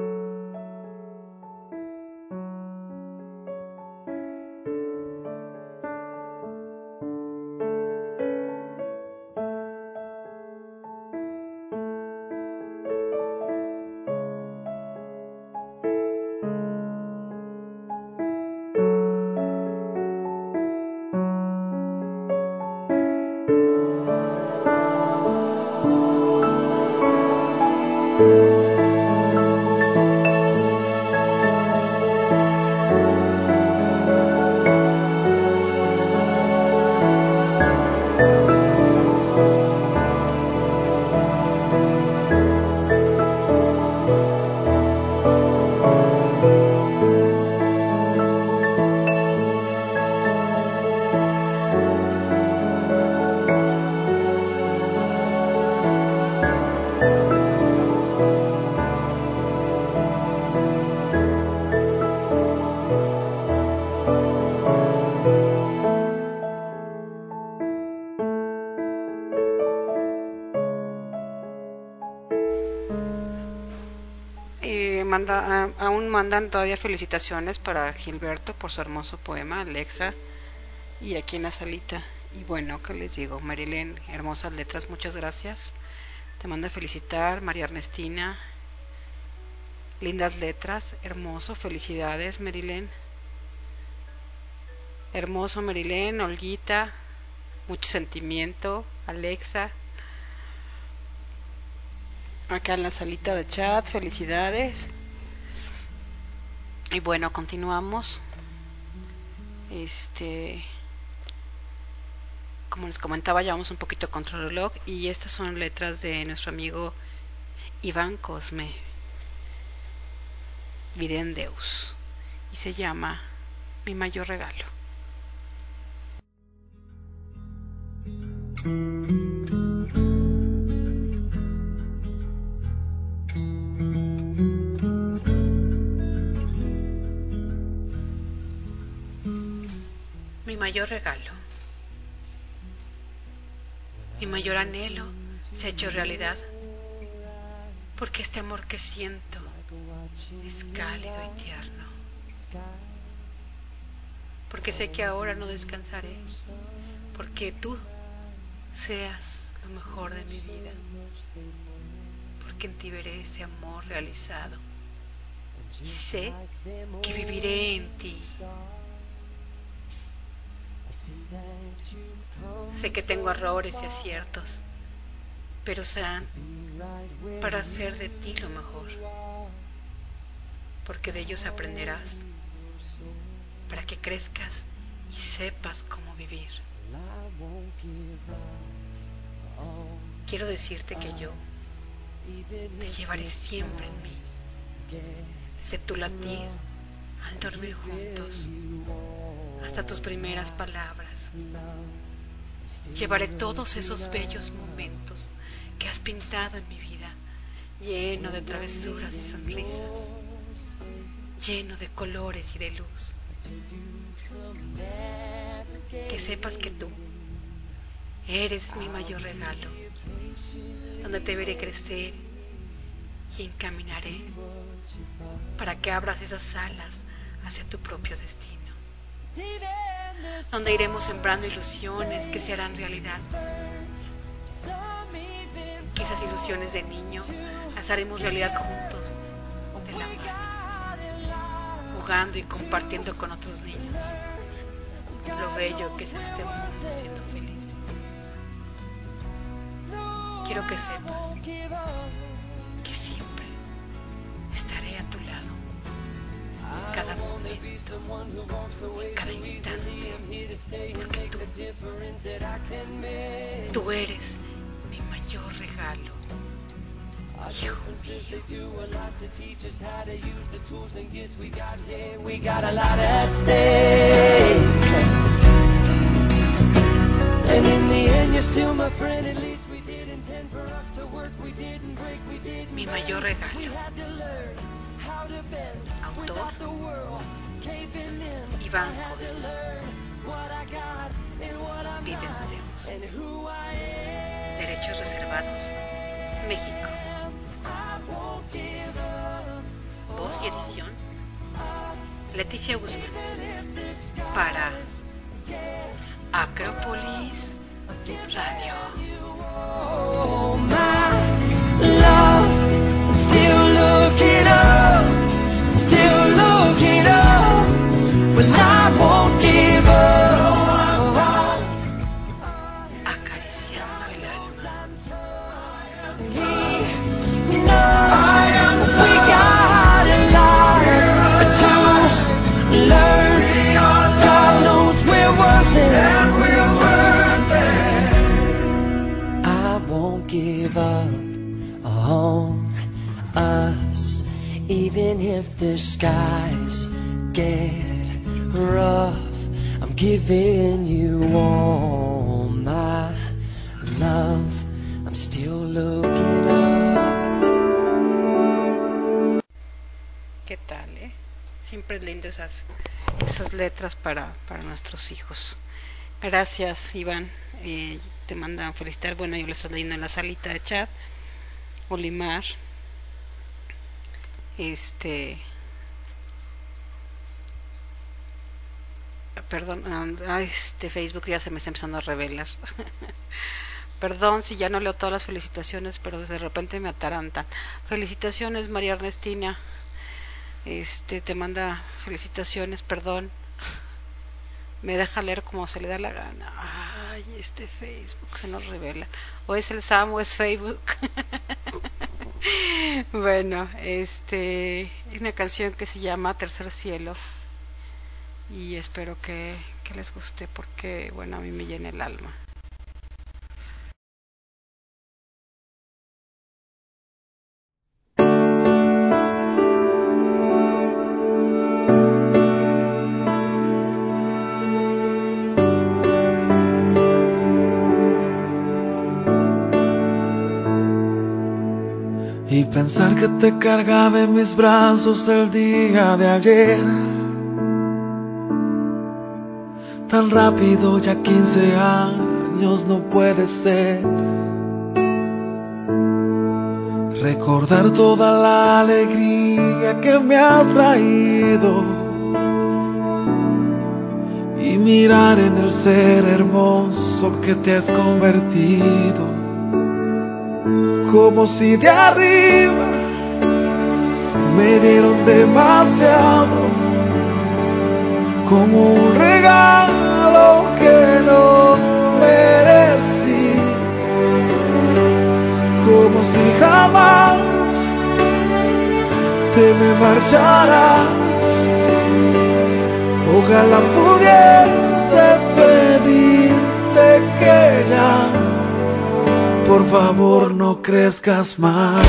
Aún mandan todavía felicitaciones para Gilberto por su hermoso poema, Alexa, y aquí en la salita. Y bueno, ¿qué les digo? Marilén, hermosas letras, muchas gracias. Te manda a felicitar María Ernestina, lindas letras, hermoso, felicidades Marilén. Hermoso Marilén, Olguita, mucho sentimiento, Alexa. Acá en la salita de chat, felicidades. Y bueno, continuamos. Como les comentaba, llevamos un poquito contra el reloj y estas son letras de nuestro amigo Iván Cosme Videndeus y se llama Mi mayor regalo. Mi mayor regalo, mi mayor anhelo se ha hecho realidad, porque este amor que siento es cálido y tierno, porque sé que ahora no descansaré, porque tú seas lo mejor de mi vida, porque en ti veré ese amor realizado y sé que viviré en ti. Sé que tengo errores y aciertos, pero serán para hacer de ti lo mejor, porque de ellos aprenderás, para que crezcas y sepas cómo vivir. Quiero decirte que yo te llevaré siempre en mí, desde tu latir al dormir juntos, hasta tus primeras palabras. Llevaré todos esos bellos momentos que has pintado en mi vida, lleno de travesuras y sonrisas, lleno de colores y de luz. Que sepas que tú eres mi mayor regalo, donde te veré crecer y encaminaré para que abras esas alas hacia tu propio destino, donde iremos sembrando ilusiones que se harán realidad, que esas ilusiones de niño las haremos realidad juntos, de la mano, jugando y compartiendo con otros niños lo bello que es este mundo siendo felices. quiero que sepas que siempre estaré a tu lado, en cada momento, en cada instante, porque tú eres mi mayor regalo, hijo mío. We got a lot at stake, and in the end you're still my friend. At least we did intend for us to work. We didn't break, we didn't. Mi mayor regalo. Autor Iván Cosme. Videos. Derechos reservados. México. Voz y edición Leticia Guzmán. Para Acrópolis Radio. Acariciando el alma. Give up on us, even if the skies get rough. I'm giving you all my love. I'm still looking up. ¿Qué tal, Siempre es lindo esas letras para nuestros hijos. Gracias, Iván. Te mandan felicitar. Bueno, yo le estoy leyendo en la salita de chat. Olimar. Perdón, Facebook ya se me está empezando a revelar. Perdón si ya no leo todas las felicitaciones, pero de repente me atarantan. Felicitaciones, María Ernestina. Te manda felicitaciones, perdón. Me deja leer como se le da la gana. Ay, Facebook se nos revela. O es el Sam o es Facebook. Bueno, hay una canción que se llama Tercer Cielo. Y espero que les guste porque, bueno, a mí me llena el alma. Y pensar que te cargaba en mis brazos el día de ayer, tan rápido, ya 15 años no puede ser. Recordar toda la alegría que me has traído y mirar en el ser hermoso que te has convertido. Como si de arriba me dieron demasiado, como un regalo que no merecí, como si jamás te me marcharas. Ojalá pudiese pedirte que ya, por favor, no crezcas más.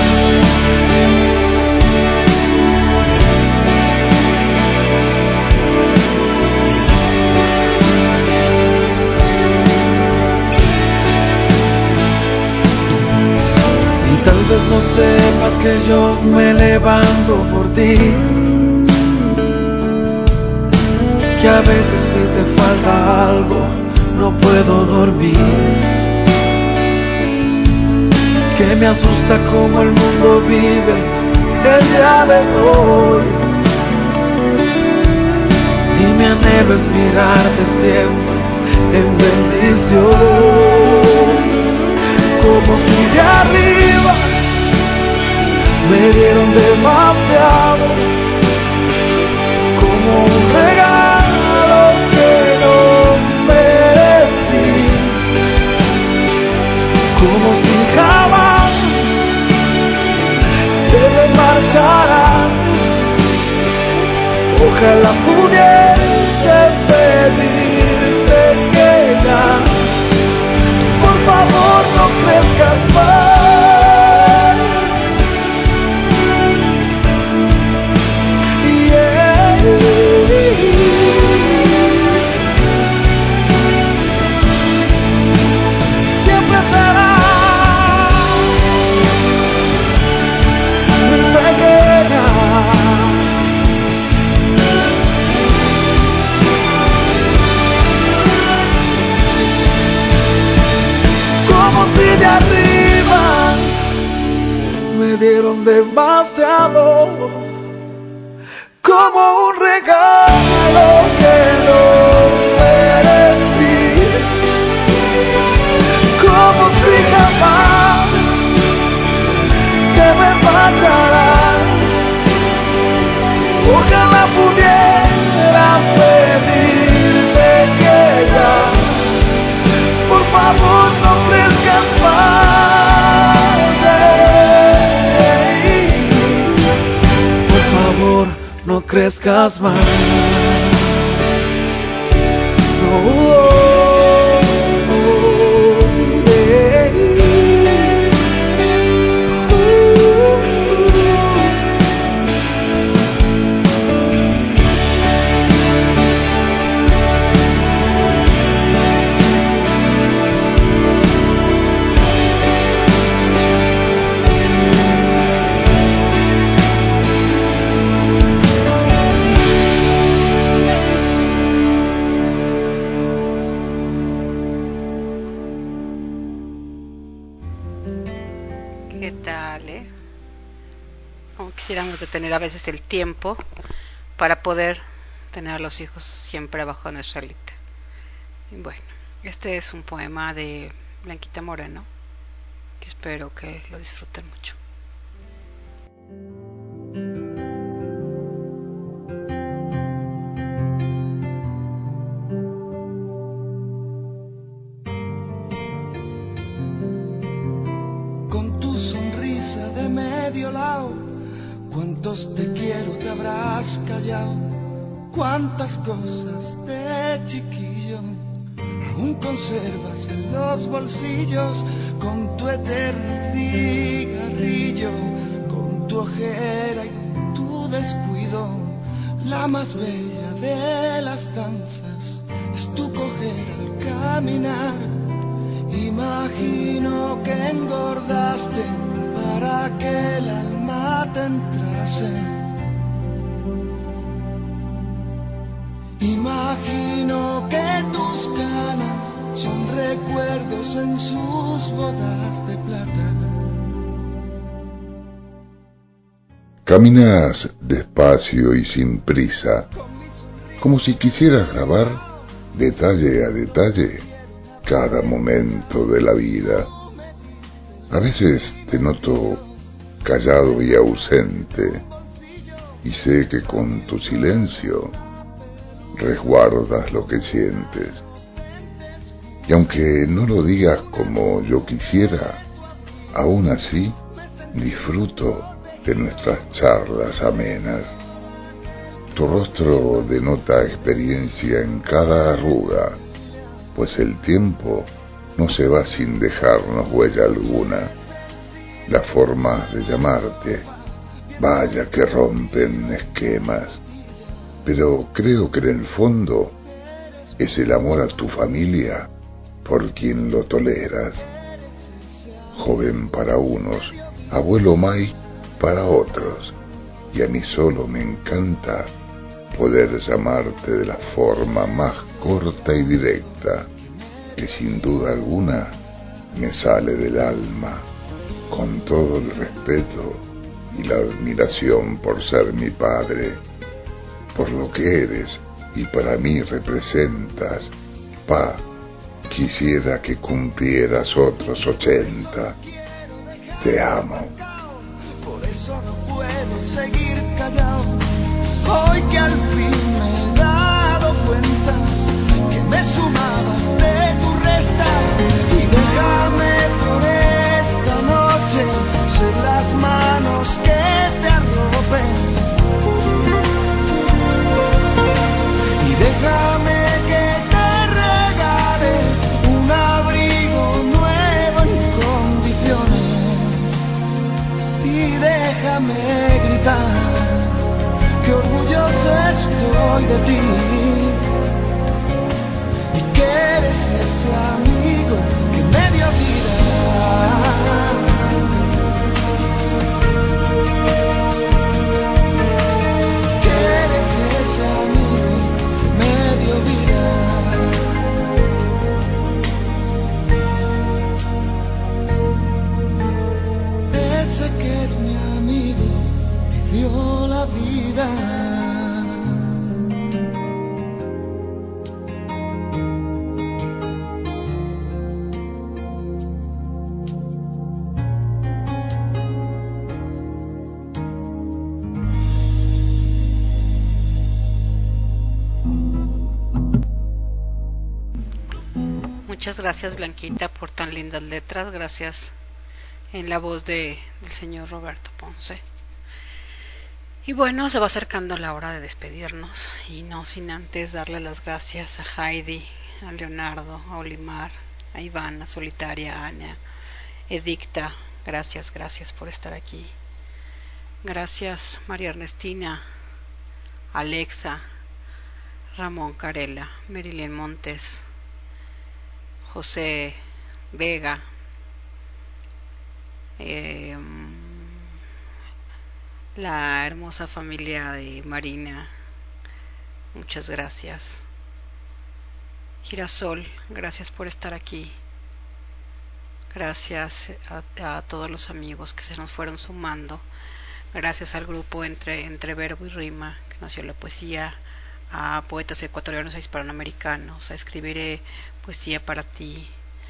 Y tal vez no sepas que yo me levanto por ti, que a veces si te falta algo no puedo dormir, que me asusta cómo el mundo vive el día de hoy, y mi anhelo es mirarte siempre en bendición, como si de arriba me dieron demasiado, como un regalo que no merecí, como si Ojalá pudiese pedirte que ya, por favor, no crezcas más. Yeah. Siempre será muy pequeña. Como si de arriba me dieron demasiado, como un regalo que no merecí, como si jamás te me fallarás. Ojalá pudiera pedirte que ya, por favor, no crezcas más. Por favor, no crezcas más. No. ¿Qué tal, Como quisiéramos de tener a veces el tiempo para poder tener a los hijos siempre abajo de nuestra alita. Y bueno, este es un poema de Blanquita Moreno, que espero que lo disfruten mucho. Con tu sonrisa de medio lado, cuántos te quiero te habrás callado, cuántas cosas de chiquillo aún conservas en los bolsillos, con tu eterno cigarrillo, con tu ojera y tu descuido. La más bella de las danzas es tu cojera al caminar. Imagino que engordaste para que el alma te entrase. Imagino que tus canas son recuerdos en sus bodas de plata. Caminas despacio y sin prisa, como si quisieras grabar detalle a detalle cada momento de la vida. A veces te noto callado y ausente, y sé que con tu silencio resguardas lo que sientes. Y aunque no lo digas como yo quisiera, aún así disfruto de nuestras charlas amenas. Tu rostro denota experiencia en cada arruga, pues el tiempo no se va sin dejarnos huella alguna. Las formas de llamarte, vaya que rompen esquemas, pero creo que en el fondo es el amor a tu familia por quien lo toleras. Joven para unos, abuelo May para otros, y a mí solo me encanta poder llamarte de la forma más corta y directa, que sin duda alguna me sale del alma, con todo el respeto y la admiración por ser mi padre, por lo que eres y para mí representas. Pa, quisiera que cumplieras otros 80. Te amo. Por eso no puedo seguir callado, hoy que al fin me he dado cuenta que me sumabas de tu resta. Y déjame por esta noche ser las manos que te arropen. déjame gritar que orgulloso estoy de ti y que eres ese amigo que me dio vida. Que eres ese amigo que me dio vida. Ese que es mi amigo me dio la vida. Muchas gracias, Blanquita, por tan lindas letras. Gracias en la voz del señor Roberto Ponce. Y bueno, se va acercando la hora de despedirnos y no sin antes darle las gracias a Heidi, a Leonardo, a Olimar, a Iván, a Solitaria, a Anya, Edicta. Gracias por estar aquí. Gracias, María Ernestina, Alexa, Ramón Carela, Merilén Montes, José Vega, la hermosa familia de Marina, muchas gracias. Girasol, gracias por estar aquí. Gracias a todos los amigos que se nos fueron sumando. Gracias al grupo entre Verbo y Rima, que nació la poesía, a poetas ecuatorianos e hispanoamericanos, a Escribiré Poesía para Ti.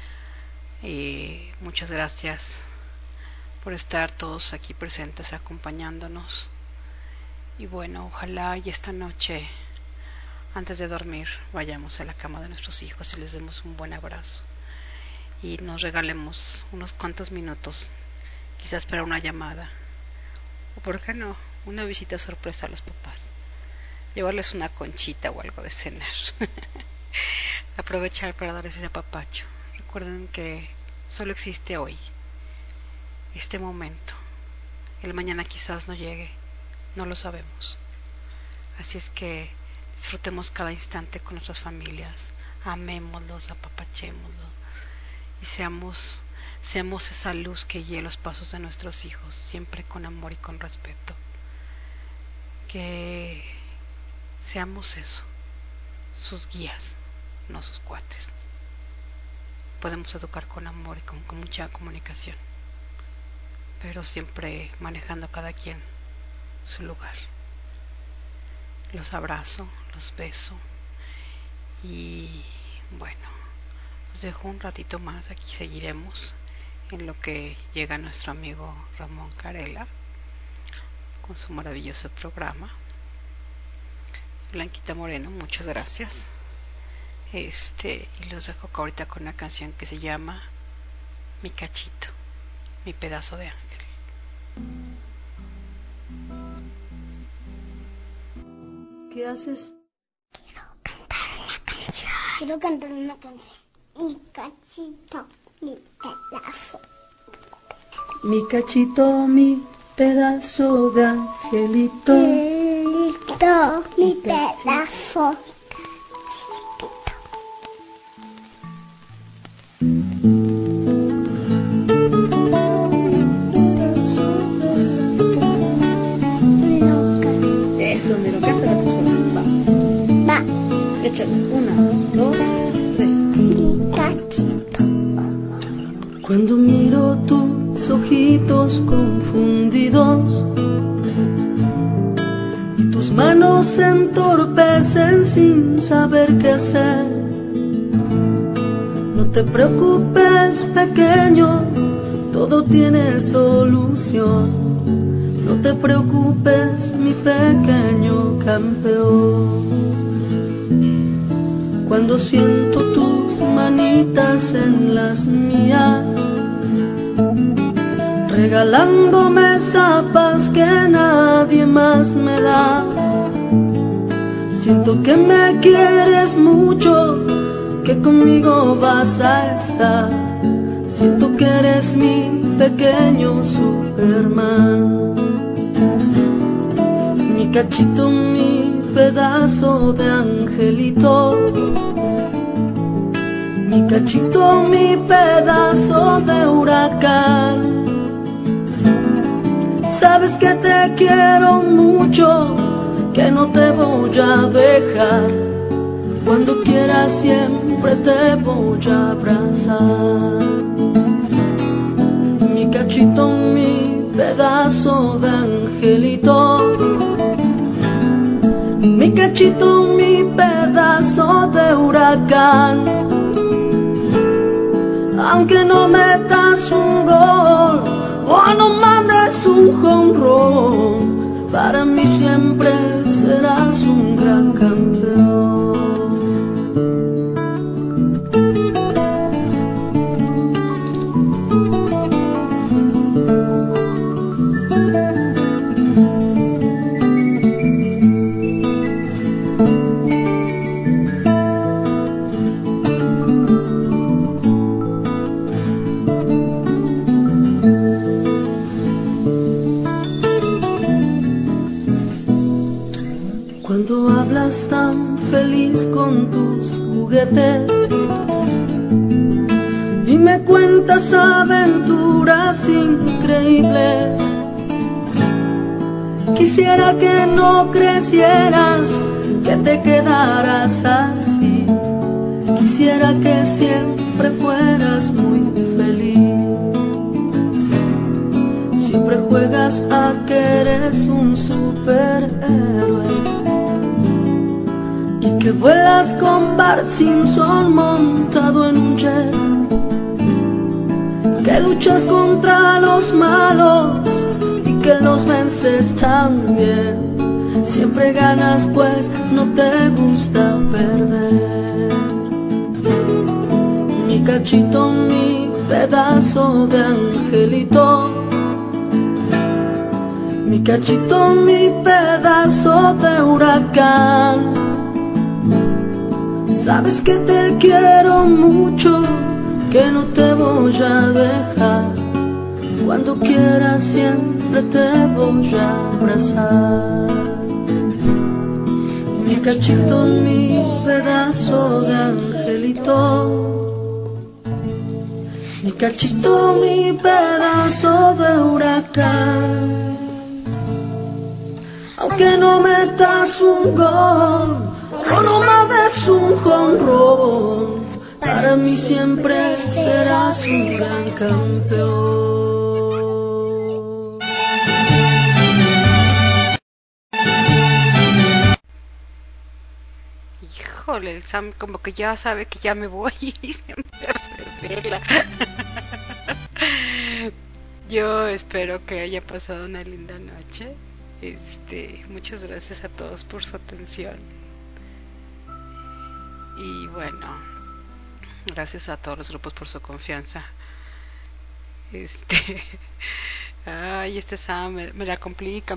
Muchas gracias por estar todos aquí presentes acompañándonos. Y bueno, ojalá y esta noche, antes de dormir, vayamos a la cama de nuestros hijos y les demos un buen abrazo y nos regalemos unos cuantos minutos, quizás para una llamada, o por qué no, una visita sorpresa a los papás, llevarles una conchita o algo de cenar. Aprovechar para darles ese apapacho. Recuerden que solo existe hoy, este momento. El mañana quizás no llegue, no lo sabemos. Así es que disfrutemos cada instante con nuestras familias, amémoslos, apapachémoslos y seamos esa luz que guíe los pasos de nuestros hijos, siempre con amor y con respeto. Que seamos eso, sus guías, no sus cuates. Podemos educar con amor y con mucha comunicación, pero siempre manejando cada quien su lugar. Los abrazo, los beso y bueno, los dejo un ratito más. Aquí seguiremos en lo que llega nuestro amigo Ramón Carela con su maravilloso programa. Blanquita Moreno, muchas gracias. Y los dejo ahorita con una canción que se llama Mi Cachito, mi pedazo de ángel. ¿Qué haces? Quiero cantar una canción. Mi cachito, mi pedazo. Mi cachito, mi pedazo de angelito. Angelito, mi pedazo. Eso, me lo canta la persona. Va. Échale. 1, 2, 3. Mi cachito. Cuando miro tus ojitos confundidos y tus manos se entorpecen sin saber qué hacer, no te preocupes, pequeño, todo tiene solución. No te preocupes, mi pequeño campeón. Cuando siento tus manitas en las mías, regalándome esa paz que nadie más me da, siento que me quieres mucho, que conmigo vas a estar. Siento que eres mi pequeño Superman. Superman. Mi cachito, mi pedazo de angelito. Mi cachito, mi pedazo de huracán. Sabes que te quiero mucho, que no te voy a dejar. Cuando quieras siempre te voy a abrazar. Mi cachito, mi pedazo de angelito. Mi cachito, mi pedazo de huracán. Aunque no metas un gol o no mandes un jonrón, para mí siempre serás un gran campeón. Cuando hablas tan feliz con tus juguetes y me cuentas aventuras increíbles, quisiera que no crecieras, que te quedaras así. Quisiera que siempre fueras muy feliz. Siempre juegas a que eres un superhéroe y que vuelas con Bart Simpson montado en un jet, que luchas contra los malos y que los vences también. Siempre ganas pues no te gusta perder. Mi cachito, mi pedazo de angelito. Mi cachito, mi pedazo de huracán. Sabes que te quiero mucho, que no te voy a dejar. Cuando quieras siempre te voy a abrazar. Mi cachito, mi pedazo de angelito. Mi cachito, mi pedazo de huracán. Aunque no metas un gol o no mandes un jonrón, para mí siempre serás un gran campeón. Híjole, el Sam como que ya sabe que ya me voy y se me revela. Yo espero que haya pasado una linda noche. Muchas gracias a todos por su atención. Y bueno, gracias a todos los grupos por su confianza. Ay, Sam me la complica.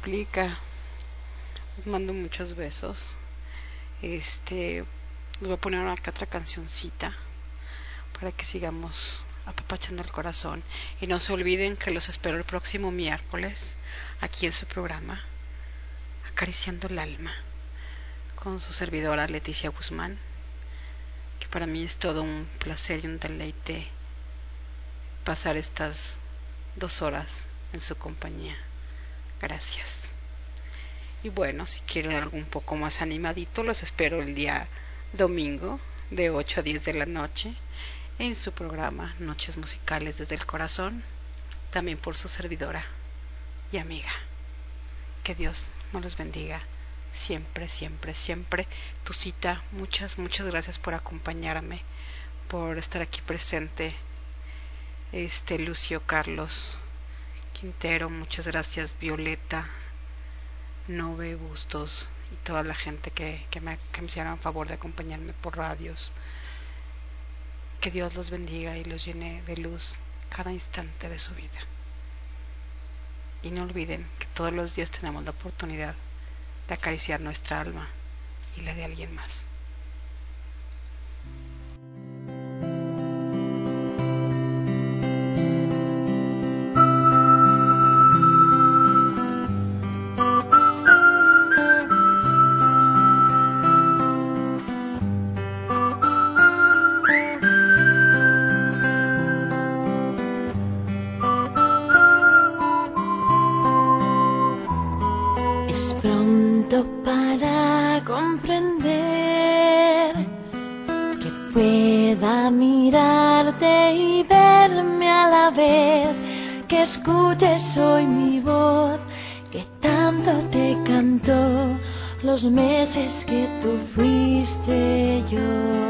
Les mando muchos besos. Les voy a poner una que otra cancioncita para que sigamos apapachando el corazón. Y no se olviden que los espero el próximo miércoles aquí en su programa Acariciando el Alma, con su servidora Leticia Guzmán, que para mí es todo un placer y un deleite pasar estas 2 horas en su compañía. Gracias. Y bueno, si quieren algo un poco más animadito, los espero el día domingo de 8 a 10 de la noche en su programa Noches Musicales desde el Corazón, también por su servidora y amiga. Que Dios nos los bendiga siempre, siempre, siempre. Tucita, muchas gracias por acompañarme, por estar aquí presente. Lucio, Carlos, Quintero, muchas gracias. Violeta, Nove, Bustos y toda la gente que me hicieron favor de acompañarme por radios. Que Dios los bendiga y los llene de luz cada instante de su vida. Y no olviden que todos los días tenemos la oportunidad de acariciar nuestra alma y la de alguien más. comprender, que pueda mirarte y verme a la vez, que escuches hoy mi voz, que tanto te cantó los meses que tú fuiste yo.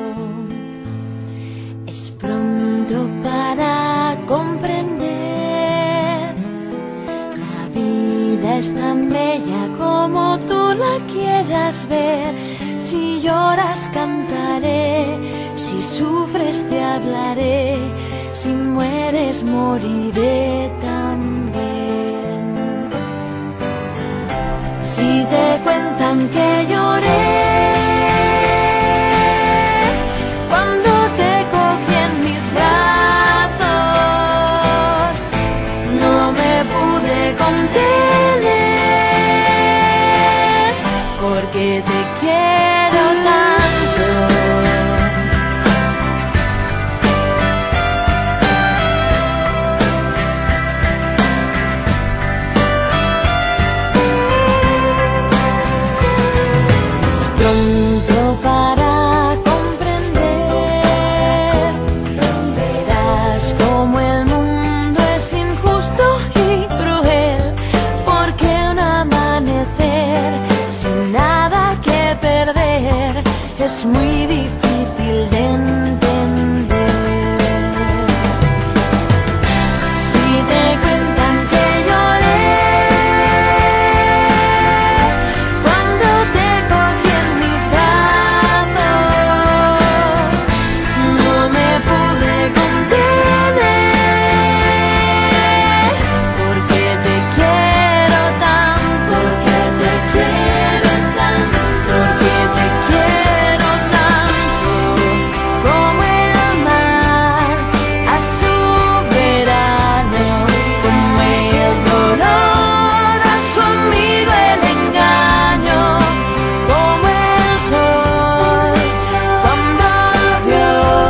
Es pronto para comprender, la vida es tan bella como tú la quieras ver. Si lloras cantaré, si sufres te hablaré, si mueres moriré también. Si te cuentan que lloré cuando te cogí en mis brazos, no me pude contener, porque te quiero tanto. Pronto para comprender, verás como el mundo es injusto y cruel, porque un amanecer sin nada que perder es muy difícil de entender. Si te cuentan que lloré cuando te cogí en mis brazos, no me pude contener, porque te quiero tanto, porque te quiero tanto, porque te quiero tanto, como el mar a su verano, como el dolor a su amigo el engaño, como el sol cuando vio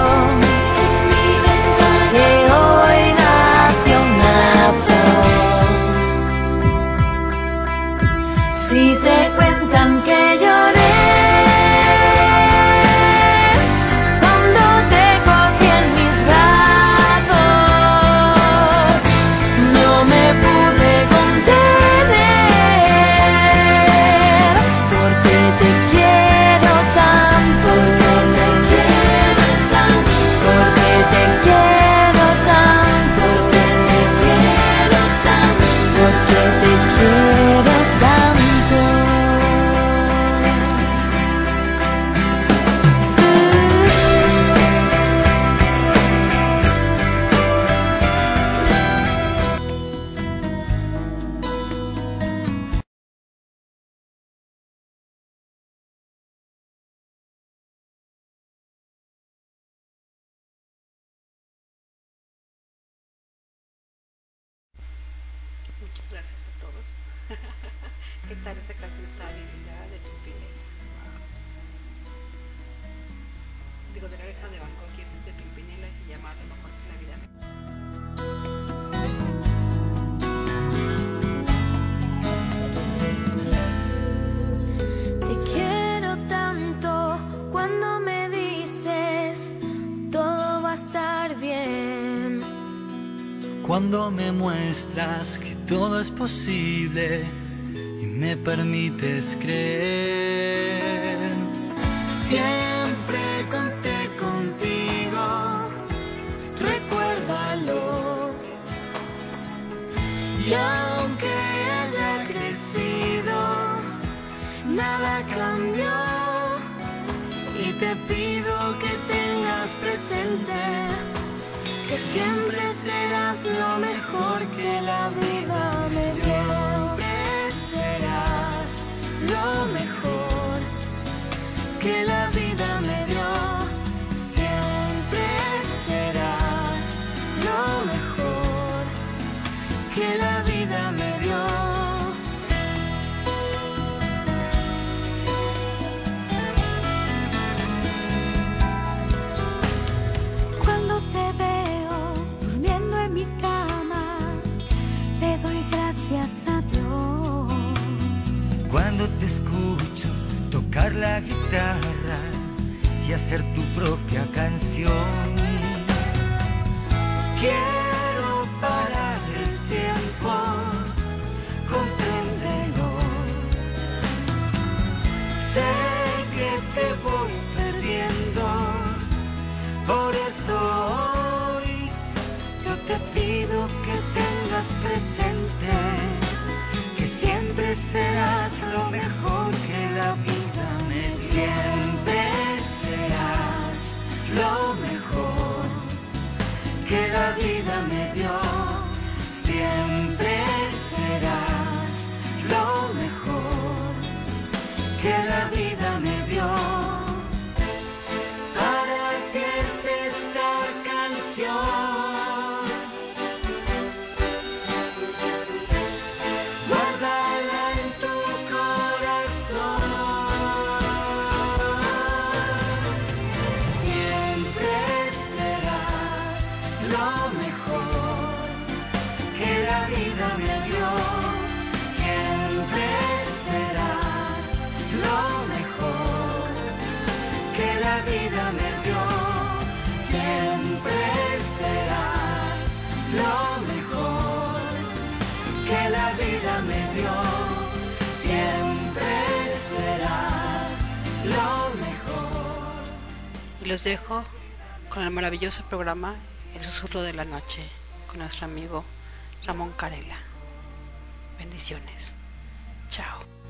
que hoy nació una flor. Si te cuentan que lloré cuando te cogí en mis brazos, no me pude contener, porque te quiero tanto, porque te quiero tanto, porque te quiero tanto, porque te quiero tanto, porque te quiero tanto. Muchas gracias a todos. ¿Qué tal esa canción? Está bien linda, de Pimpinela. Digo, de la oreja de Van Gogh, y esta es de Pimpinela y se llama Lo mejor que la vida me dio. Te quiero tanto cuando me dices todo va a estar bien. Cuando me muestras que todo es posible y me permites creer. Siempre conté contigo, recuérdalo. Y aunque haya crecido, nada cambió. Y te pido que tengas presente que siempre serás lo mejor que la vida me dio. Siempre serás lo mejor que la vida me dio. Siempre serás lo mejor que la vida me dio. Cuando te veo durmiendo en mi cama, te doy gracias a Dios. Cuando te escucho tocar tomar la guitarra y hacer tu propia canción. Quiero parar el tiempo, compréndelo. Sé que te voy perdiendo, por eso hoy yo te pido que tengas presente que siempre serás lo mejor que la vida me dio. Siempre serás lo mejor que la vida me dio. Siempre serás lo mejor que la vida me dio. ¿Para qué es esta canción? Guárdala en tu corazón. Siempre serás lo mejor que la vida me dio. Siempre serás lo mejor que la vida me dio. Siempre serás lo mejor que la vida me dio. Siempre serás lo mejor. Y los dejo con el maravilloso programa El Susurro de la Noche con nuestro amigo Ramón Carela. Bendiciones. Chao.